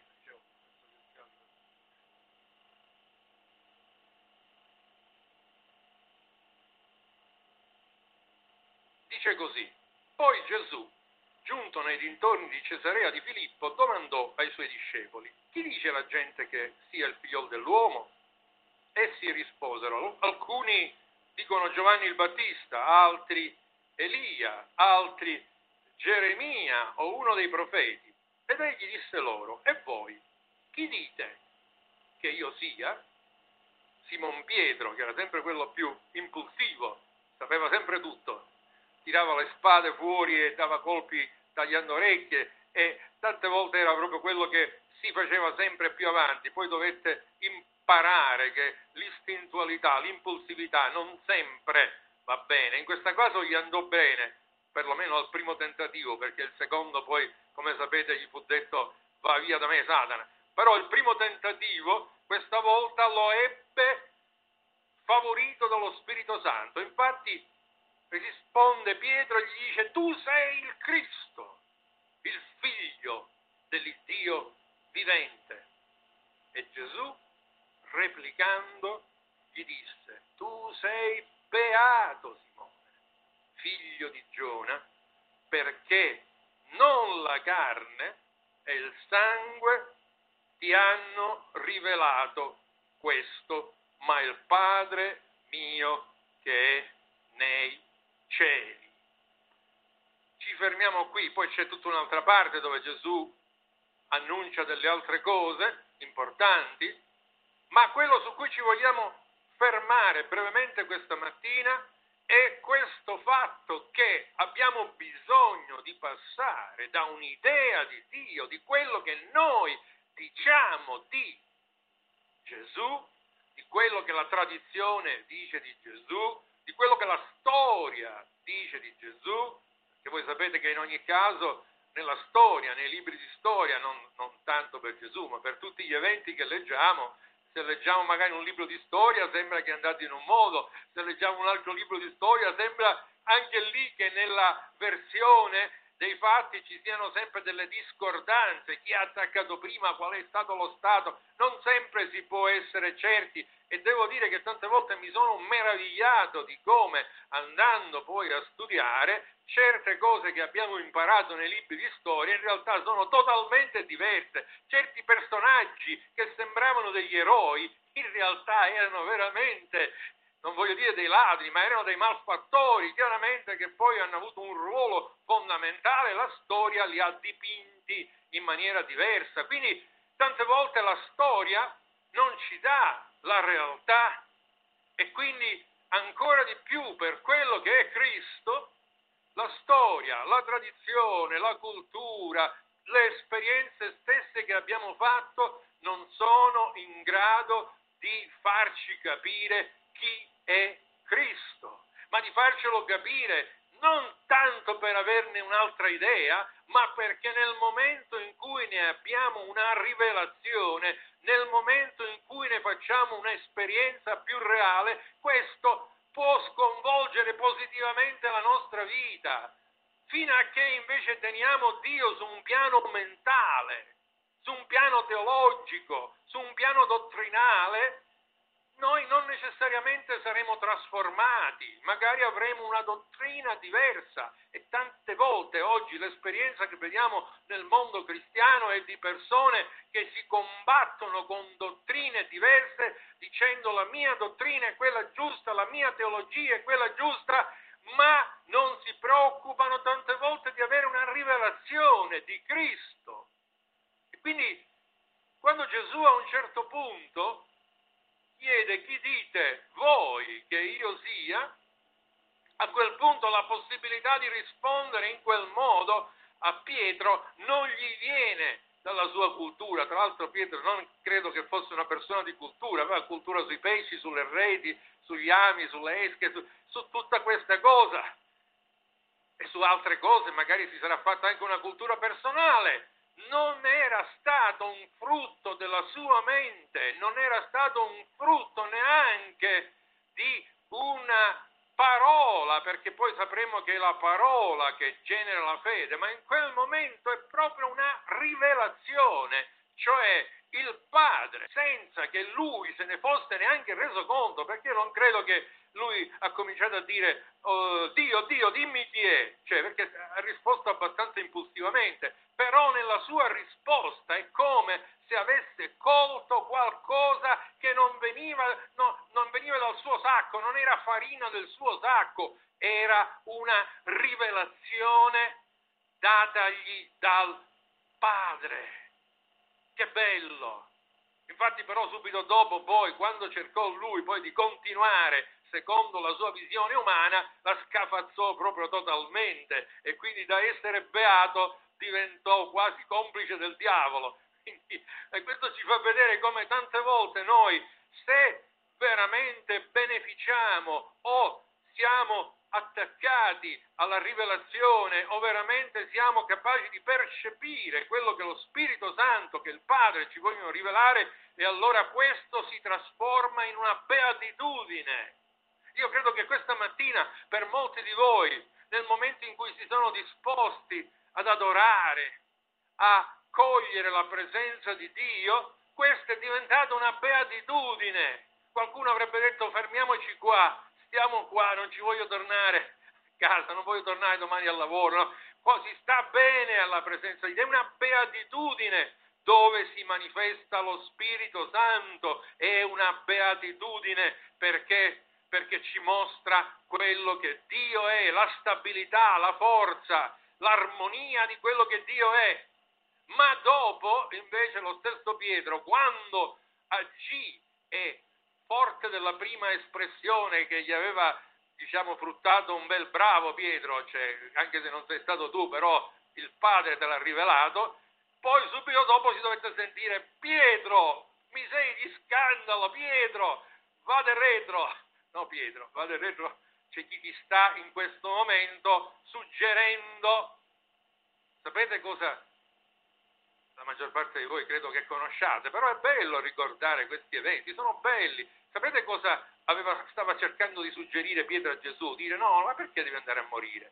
Dice così: poi Gesù, giunto nei dintorni di Cesarea di Filippo, domandò ai suoi discepoli: chi dice la gente che sia il figliol dell'uomo? Essi risposero: alcuni dicono Giovanni il Battista, altri Elia, altri Geremia o uno dei profeti. Ed egli disse loro: e voi, chi dite che io sia? Simon Pietro, che era sempre quello più impulsivo, sapeva sempre tutto, tirava le spade fuori e dava colpi tagliando orecchie, e tante volte era proprio quello che si faceva sempre più avanti. Poi dovette imparare che l'istintualità, l'impulsività non sempre va bene. In questo caso gli andò bene, perlomeno al primo tentativo, perché il secondo poi, come sapete, gli fu detto: va via da me Satana. Però il primo tentativo questa volta lo ebbe favorito dallo Spirito Santo. Infatti risponde Pietro e gli dice: tu sei il Cristo, il figlio dell'Iddio vivente. E Gesù, replicando, gli disse: tu sei beato Simone, figlio di Giona, perché non la carne e il sangue ti hanno rivelato questo, ma il Padre mio che è nei cieli. Ci fermiamo qui, poi c'è tutta un'altra parte dove Gesù annuncia delle altre cose importanti, ma quello su cui ci vogliamo fermare brevemente questa mattina è questo fatto che abbiamo bisogno di passare da un'idea di Dio, di quello che noi diciamo di Gesù, di quello che la tradizione dice di Gesù, di quello che la storia dice di Gesù, che voi sapete che in ogni caso nella storia, nei libri di storia, non tanto per Gesù, ma per tutti gli eventi che leggiamo, se leggiamo magari un libro di storia sembra che è andato in un modo, se leggiamo un altro libro di storia sembra anche lì che nella versione dei fatti ci siano sempre delle discordanze, chi ha attaccato prima, qual è stato lo stato, non sempre si può essere certi, e devo dire che tante volte mi sono meravigliato di come, andando poi a studiare, certe cose che abbiamo imparato nei libri di storia in realtà sono totalmente diverse. Certi personaggi che sembravano degli eroi in realtà erano veramente, non voglio dire dei ladri, ma erano dei malfattori, chiaramente, che poi hanno avuto un ruolo fondamentale. La storia li ha dipinti in maniera diversa. Quindi tante volte la storia non ci dà la realtà, e quindi ancora di più per quello che è Cristo, la storia, la tradizione, la cultura, le esperienze stesse che abbiamo fatto non sono in grado di farci capire chi è Cristo, ma di farcelo capire non tanto per averne un'altra idea, ma perché nel momento in cui ne abbiamo una rivelazione, nel momento in cui ne facciamo un'esperienza più reale, questo può sconvolgere positivamente la nostra vita. fino a che invece teniamo Dio su un piano mentale, su un piano teologico, su un piano dottrinale, noi non necessariamente saremo trasformati, magari avremo una dottrina diversa e tante volte oggi l'esperienza che vediamo nel mondo cristiano è di persone che si combattono con dottrine diverse dicendo la mia dottrina è quella giusta, la mia teologia è quella giusta, ma non si preoccupano tante volte di avere una rivelazione di Cristo. E quindi quando Gesù a un certo punto chiede chi dite voi che io sia, a quel punto la possibilità di rispondere in quel modo a Pietro non gli viene dalla sua cultura. Tra l'altro Pietro non credo che fosse una persona di cultura, aveva cultura sui pesci, sulle reti, sugli ami, sulle esche, su tutta questa cosa e su altre cose magari si sarà fatta anche una cultura personale. Non era stato un frutto della sua mente, non era stato un frutto neanche di una parola, perché poi sapremo che è la parola che genera la fede, ma in quel momento è proprio una rivelazione, cioè il Padre, senza che lui se ne fosse neanche reso conto, perché io non credo che lui ha cominciato a dire Dio, dimmi chi è, cioè perché ha risposto abbastanza impulsivamente, però nella sua risposta è come se avesse colto qualcosa che non veniva dal suo sacco, non era farina del suo sacco, era una rivelazione datagli dal Padre. Che bello! Infatti però subito dopo poi, quando cercò lui poi di continuare secondo la sua visione umana, la scafazzò proprio totalmente e quindi da essere beato diventò quasi complice del diavolo. Quindi, e questo ci fa vedere come tante volte noi, se veramente beneficiamo o siamo attaccati alla rivelazione o veramente siamo capaci di percepire quello che lo Spirito Santo, che il Padre ci vogliono rivelare, e allora questo si trasforma in una beatitudine. Io credo che questa mattina per molti di voi, nel momento in cui si sono disposti ad adorare, a cogliere la presenza di Dio, questa è diventata una beatitudine. Qualcuno avrebbe detto fermiamoci qua, stiamo qua, non ci voglio tornare a casa, non voglio tornare domani al lavoro, no? Qua si sta bene alla presenza di Dio, è una beatitudine dove si manifesta lo Spirito Santo, è una beatitudine perché ci mostra quello che Dio è, la stabilità, la forza, l'armonia di quello che Dio è. Ma dopo, invece, lo stesso Pietro, quando agì e forte della prima espressione che gli aveva, fruttato un bel bravo Pietro, cioè, anche se non sei stato tu, però il Padre te l'ha rivelato, poi subito dopo si dovette sentire Pietro, mi sei di scandalo, Pietro, vade retro. No Pietro, vade retro, c'è chi ti sta in questo momento suggerendo, sapete cosa? La maggior parte di voi credo che conosciate, però è bello ricordare questi eventi, sono belli. Sapete cosa stava cercando di suggerire Pietro a Gesù? Dire no, ma perché devi andare a morire?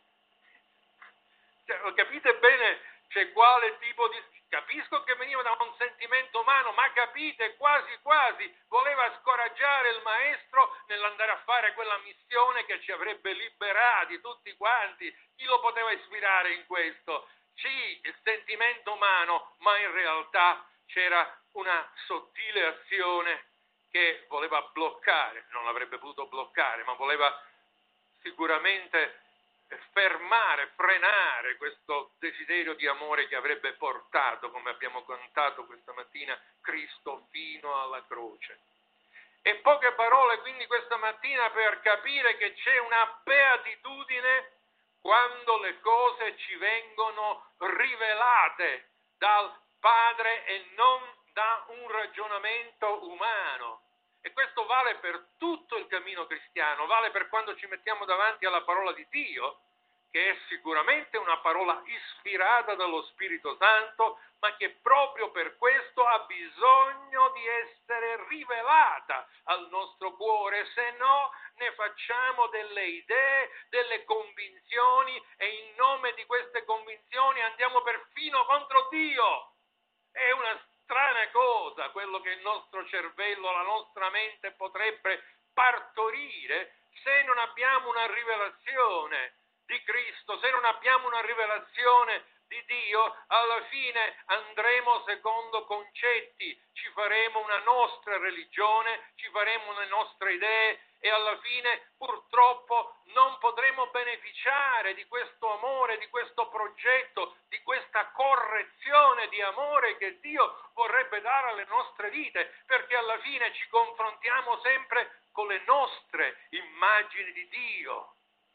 Cioè, capite bene quale tipo di... Capisco che veniva da un sentimento umano, ma capite, quasi voleva scoraggiare il maestro nell'andare a fare quella missione che ci avrebbe liberati tutti quanti. Chi lo poteva ispirare in questo? Sì, il sentimento umano, ma in realtà c'era una sottile azione che voleva bloccare, non l'avrebbe potuto bloccare, ma voleva sicuramente fermare, frenare questo desiderio di amore che avrebbe portato, come abbiamo cantato questa mattina, Cristo fino alla croce. E poche parole quindi questa mattina per capire che c'è una beatitudine quando le cose ci vengono rivelate dal Padre e non da un ragionamento umano. E questo vale per tutto il cammino cristiano, vale per quando ci mettiamo davanti alla parola di Dio, che è sicuramente una parola ispirata dallo Spirito Santo, ma che proprio per questo ha bisogno di essere rivelata al nostro cuore, se no ne facciamo delle idee, delle convinzioni e in nome di queste convinzioni andiamo perfino contro Dio. È una strana cosa quello che il nostro cervello, la nostra mente potrebbe partorire se non abbiamo una rivelazione di Cristo, se non abbiamo una rivelazione di Dio. Alla fine andremo secondo concetti, ci faremo una nostra religione, ci faremo le nostre idee e alla fine purtroppo non potremo beneficiare di questo amore, di questo progetto, di questa correzione di amore che Dio vorrebbe dare alle nostre vite, perché alla fine ci confrontiamo sempre con le nostre immagini di Dio.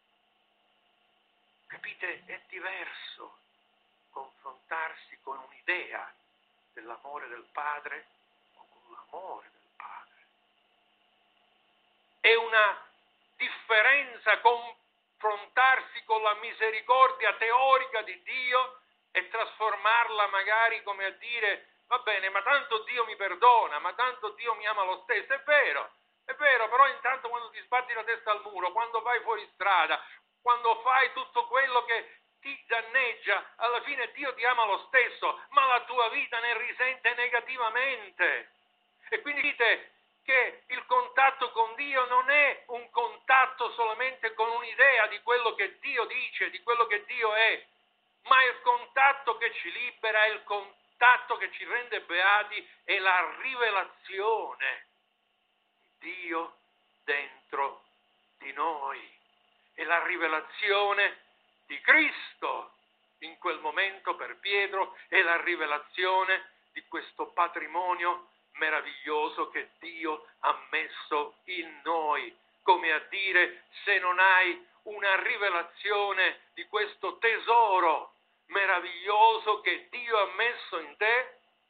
Capite? È diverso confrontarsi con un'idea dell'amore del Padre o con l'amore del Padre. È una differenza confrontarsi con la misericordia teorica di Dio e trasformarla magari come a dire: va bene, ma tanto Dio mi perdona, ma tanto Dio mi ama lo stesso. È vero, però intanto quando ti sbatti la testa al muro, quando vai fuori strada, quando fai tutto quello che ti danneggia, alla fine Dio ti ama lo stesso, ma la tua vita ne risente negativamente. E quindi dite che il contatto con Dio non è un contatto solamente con un'idea di quello che Dio dice, di quello che Dio è, ma il contatto che ci libera, è il contatto che ci rende beati, è la rivelazione di Dio dentro di noi. È la rivelazione di Cristo in quel momento per Pietro, è la rivelazione di questo patrimonio meraviglioso che Dio ha messo in noi, come a dire: se non hai una rivelazione di questo tesoro meraviglioso che Dio ha messo in te,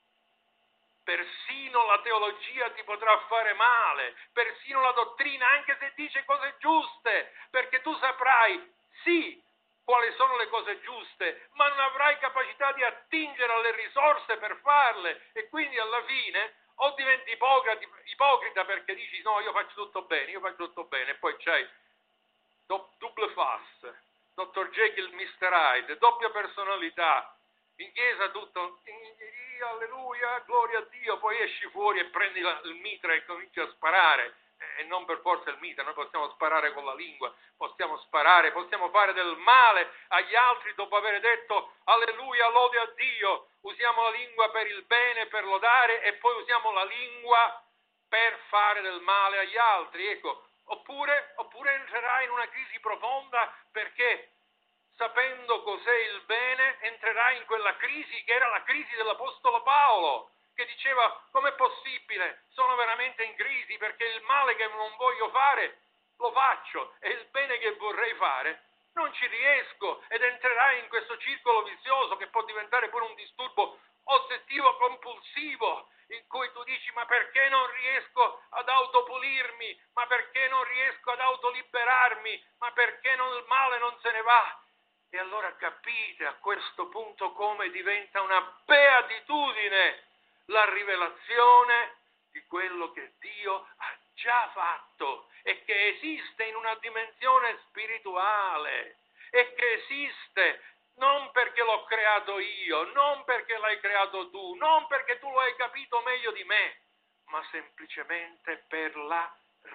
persino la teologia ti potrà fare male, persino la dottrina, anche se dice cose giuste, perché tu saprai, sì, quali sono le cose giuste, ma non avrai capacità di attingere alle risorse per farle, e quindi alla fine o diventi ipocrita perché dici: no, io faccio tutto bene, e poi c'hai double face, Dr. Jekyll, Mr. Hyde, doppia personalità, in chiesa tutto, alleluia, gloria a Dio, poi esci fuori e prendi il mitra e cominci a sparare, e non per forza il mitra, noi possiamo sparare con la lingua, possiamo fare del male agli altri dopo aver detto alleluia, lode a Dio, usiamo la lingua per il bene, per lodare, e poi usiamo la lingua per fare del male agli altri, ecco. Oppure entrerai in una crisi profonda perché, sapendo cos'è il bene, entrerai in quella crisi che era la crisi dell'Apostolo Paolo, che diceva: com'è possibile? Sono veramente in crisi perché il male che non voglio fare lo faccio e il bene che vorrei fare non ci riesco, ed entrerai in questo circolo vizioso che può diventare pure un disturbo ossessivo compulsivo, in cui tu dici: ma perché non riesco ad autopulirmi? Ma perché non riesco ad autoliberarmi? Ma perché il male non se ne va? E allora capite a questo punto come diventa una beatitudine la rivelazione di quello che Dio ha già fatto e che esiste in una dimensione spirituale, e che esiste non perché l'ho creato io, non perché l'hai creato tu, non perché tu lo hai capito meglio di me, ma semplicemente per la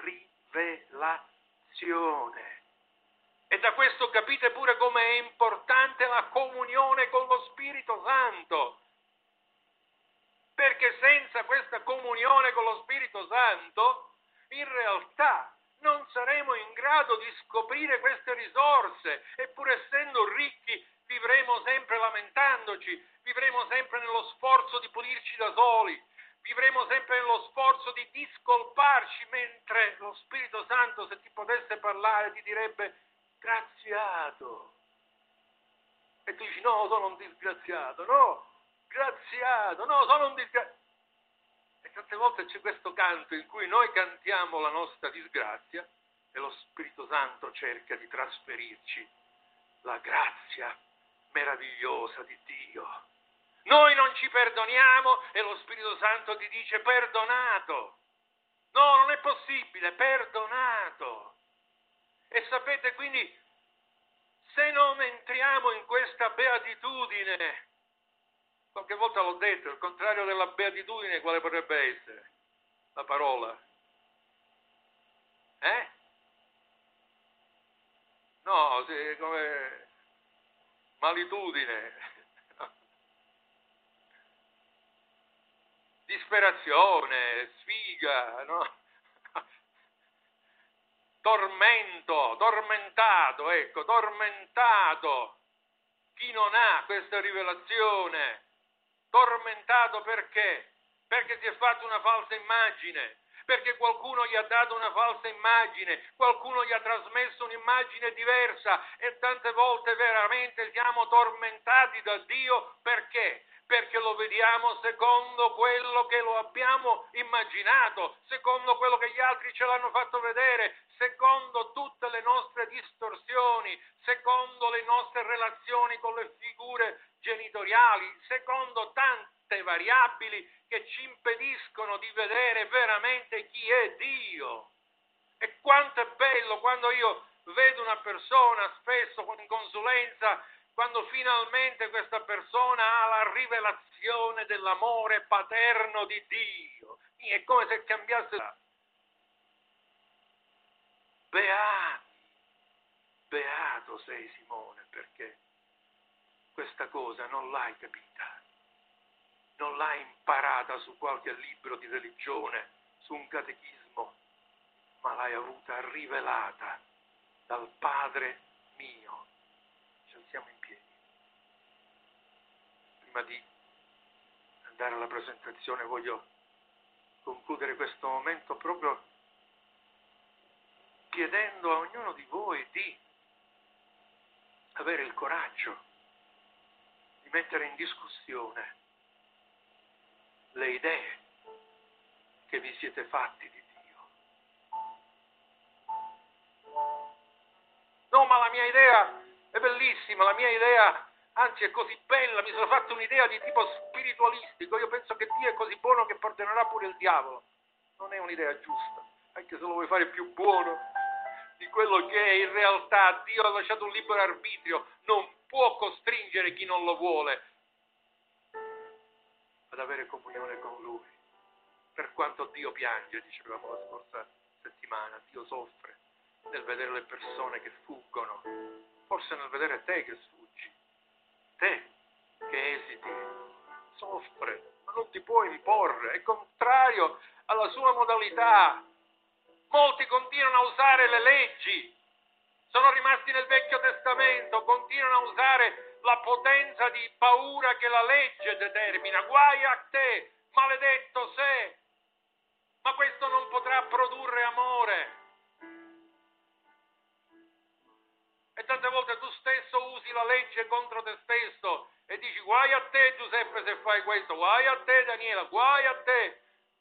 rivelazione. E da questo capite pure come è importante la comunione con lo Spirito Santo, perché senza questa comunione con lo Spirito Santo in realtà non saremo in grado di scoprire queste risorse, e pur essendo ricchi vivremo sempre lamentandoci, vivremo sempre nello sforzo di pulirci da soli, vivremo sempre nello sforzo di discolparci, mentre lo Spirito Santo, se ti potesse parlare, ti direbbe: graziato. E tu dici: no, sono un disgraziato, no, graziato, no, sono un disgraziato. E tante volte c'è questo canto in cui noi cantiamo la nostra disgrazia e lo Spirito Santo cerca di trasferirci la grazia meravigliosa di Dio. Noi non ci perdoniamo e lo Spirito Santo ti dice perdonato. No, non è possibile, perdonato. E sapete, quindi, se non entriamo in questa beatitudine, qualche volta l'ho detto, il contrario della beatitudine quale potrebbe essere? La parola. No, sì, come malitudine, disperazione, sfiga, no? Tormentato, ecco, tormentato. Chi non ha questa rivelazione, tormentato perché? Perché si è fatto una falsa immagine, perché qualcuno gli ha dato una falsa immagine, qualcuno gli ha trasmesso un'immagine diversa e tante volte veramente siamo tormentati da Dio perché? Perché lo vediamo secondo quello che lo abbiamo immaginato, secondo quello che gli altri ce l'hanno fatto vedere, secondo tutte le nostre distorsioni, secondo le nostre relazioni con le figure genitoriali, secondo tante variabili che ci impediscono di vedere veramente chi è Dio. E quanto è bello quando io vedo una persona, spesso in consulenza, quando finalmente questa persona ha la rivelazione dell'amore paterno di Dio. È come se cambiasse. Beato sei Simone, perché questa cosa non l'hai capita, non l'hai imparata su qualche libro di religione, su un catechismo, ma l'hai avuta rivelata dal Padre mio. Ci alziamo in piedi. Prima di andare alla presentazione voglio concludere questo momento proprio chiedendo a ognuno di voi di avere il coraggio di mettere in discussione le idee che vi siete fatti di Dio. No, ma la mia idea è bellissima, la mia idea, anzi è così bella, mi sono fatto un'idea di tipo spiritualistico, io penso che Dio è così buono che perdonerà pure il diavolo. Non è un'idea giusta, anche se lo vuoi fare più buono di quello che è in realtà. Dio ha lasciato un libero arbitrio, non può costringere chi non lo vuole ad avere comunione con Lui. Per quanto Dio piange, dicevamo la scorsa settimana, Dio soffre nel vedere le persone che fuggono, forse nel vedere te che sfuggi, te che esiti, soffre, ma non ti può imporre, è contrario alla sua modalità. Molti continuano a usare le leggi, sono rimasti nel Vecchio Testamento, continuano a usare la potenza di paura che la legge determina. Guai a te, maledetto sei, ma questo non potrà produrre amore. E tante volte tu stesso usi la legge contro te stesso e dici guai a te Giuseppe se fai questo, guai a te Daniela, guai a te.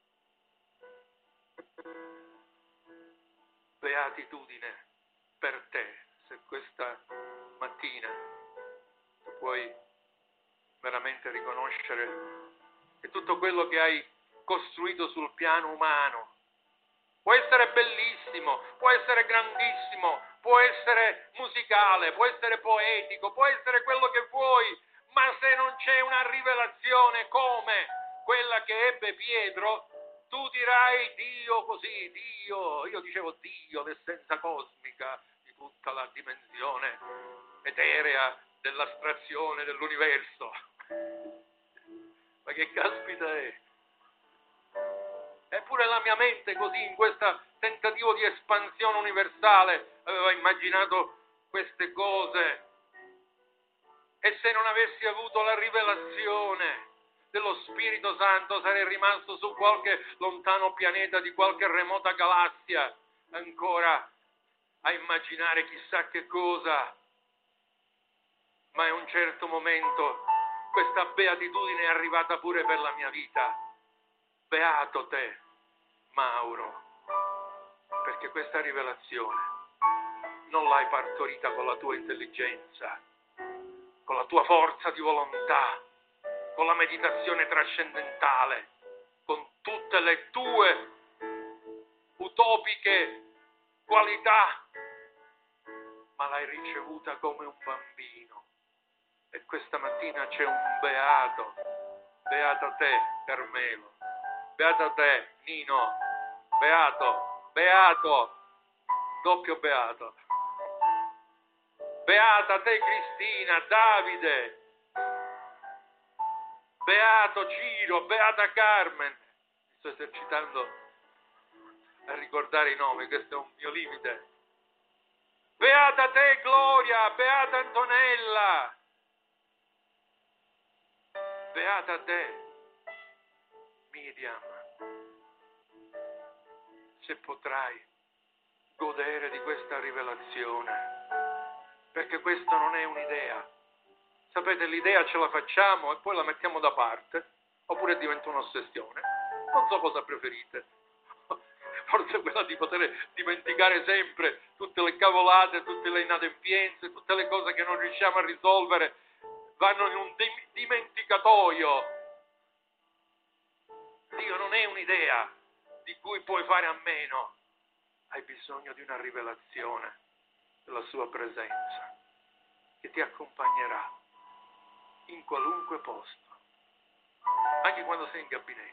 Beatitudine per te, se questa mattina tu puoi veramente riconoscere che tutto quello che hai costruito sul piano umano può essere bellissimo, può essere grandissimo, può essere musicale, può essere poetico, può essere quello che vuoi, ma se non c'è una rivelazione come quella che ebbe Pietro, tu dirai Dio così, Dio, io dicevo Dio, l'essenza cosmica di tutta la dimensione eterea dell'astrazione dell'universo. Ma che caspita è? Eppure la mia mente così, in questo tentativo di espansione universale, aveva immaginato queste cose. E se non avessi avuto la rivelazione dello Spirito Santo sarei rimasto su qualche lontano pianeta di qualche remota galassia, ancora a immaginare chissà che cosa. Ma a un certo momento questa beatitudine è arrivata pure per la mia vita. Beato te, Mauro, perché questa rivelazione non l'hai partorita con la tua intelligenza, con la tua forza di volontà, con la meditazione trascendentale, con tutte le tue utopiche qualità, ma l'hai ricevuta come un bambino. E questa mattina c'è un beato, beata te Carmelo, beata te Nino, beato, doppio beato, beata te Cristina, Davide, beato Ciro, beata Carmen. Mi sto esercitando a ricordare i nomi, questo è un mio limite. Beata te Gloria, beata Antonella, beata te Miriam. Se potrai godere di questa rivelazione, perché questo non è un'idea. Sapete, l'idea ce la facciamo e poi la mettiamo da parte, oppure diventa un'ossessione. Non so cosa preferite. Forse quella di poter dimenticare sempre tutte le cavolate, tutte le inadempienze, tutte le cose che non riusciamo a risolvere, vanno in un dimenticatoio. Dio non è un'idea di cui puoi fare a meno. Hai bisogno di una rivelazione della sua presenza che ti accompagnerà in qualunque posto, anche quando sei in gabinetto.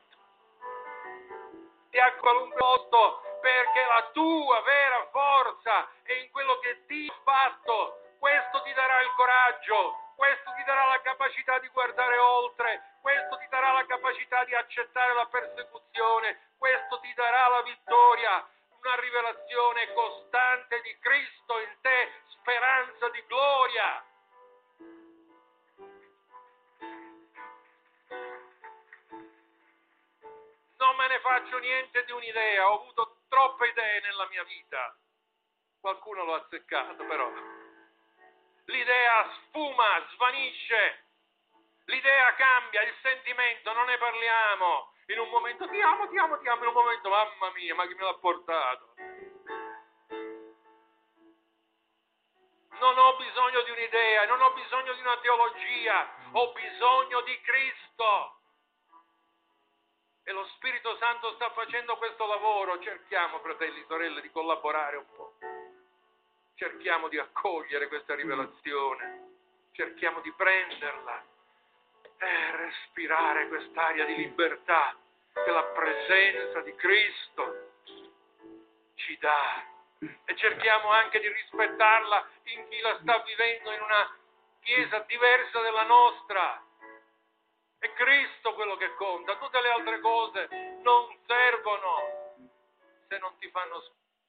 E a qualunque posto, perché la tua vera forza è in quello che Dio ha fatto. Questo ti darà il coraggio, questo ti darà la capacità di guardare oltre, questo ti darà la capacità di accettare la persecuzione, questo ti darà la vittoria, una rivelazione costante di Cristo in te, speranza di gloria. Non me ne faccio niente di un'idea, ho avuto troppe idee nella mia vita. Qualcuno l'ha azzeccato, però. L'idea sfuma, svanisce. L'idea cambia, il sentimento, non ne parliamo. In un momento ti amo, in un momento mamma mia, ma chi me l'ha portato? Non ho bisogno di un'idea, non ho bisogno di una teologia, ho bisogno di Cristo. E lo Spirito Santo sta facendo questo lavoro. Cerchiamo, fratelli e sorelle, di collaborare un po'. Cerchiamo di accogliere questa rivelazione. Cerchiamo di prenderla e respirare quest'aria di libertà che la presenza di Cristo ci dà. E cerchiamo anche di rispettarla in chi la sta vivendo in una chiesa diversa dalla nostra. È Cristo quello che conta, tutte le altre cose non servono se non ti fanno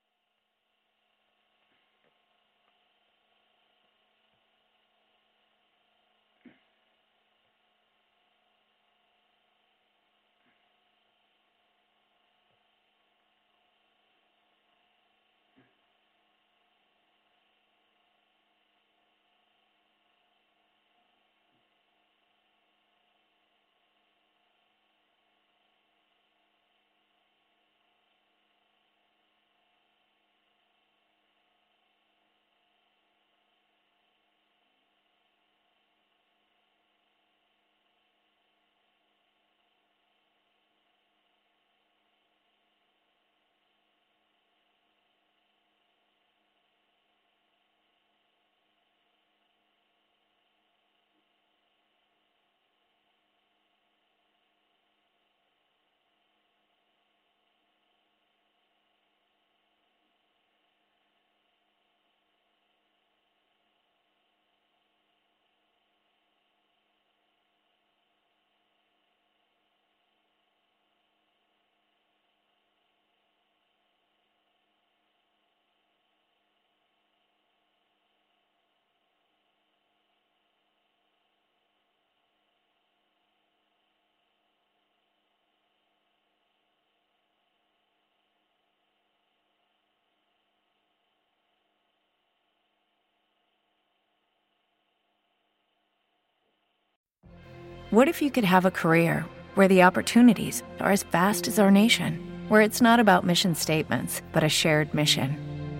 What if you could have a career where the opportunities are as vast as our nation, where it's not about mission statements, but a shared mission?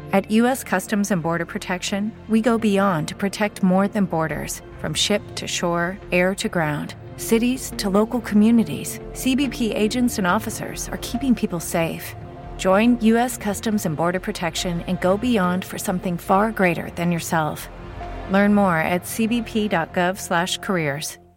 At U.S. Customs and Border Protection, we go beyond to protect more than borders. From ship to shore, air to ground, cities to local communities, CBP agents and officers are keeping people safe. Join U.S. Customs and Border Protection and go beyond for something far greater than yourself. Learn more at cbp.gov/careers.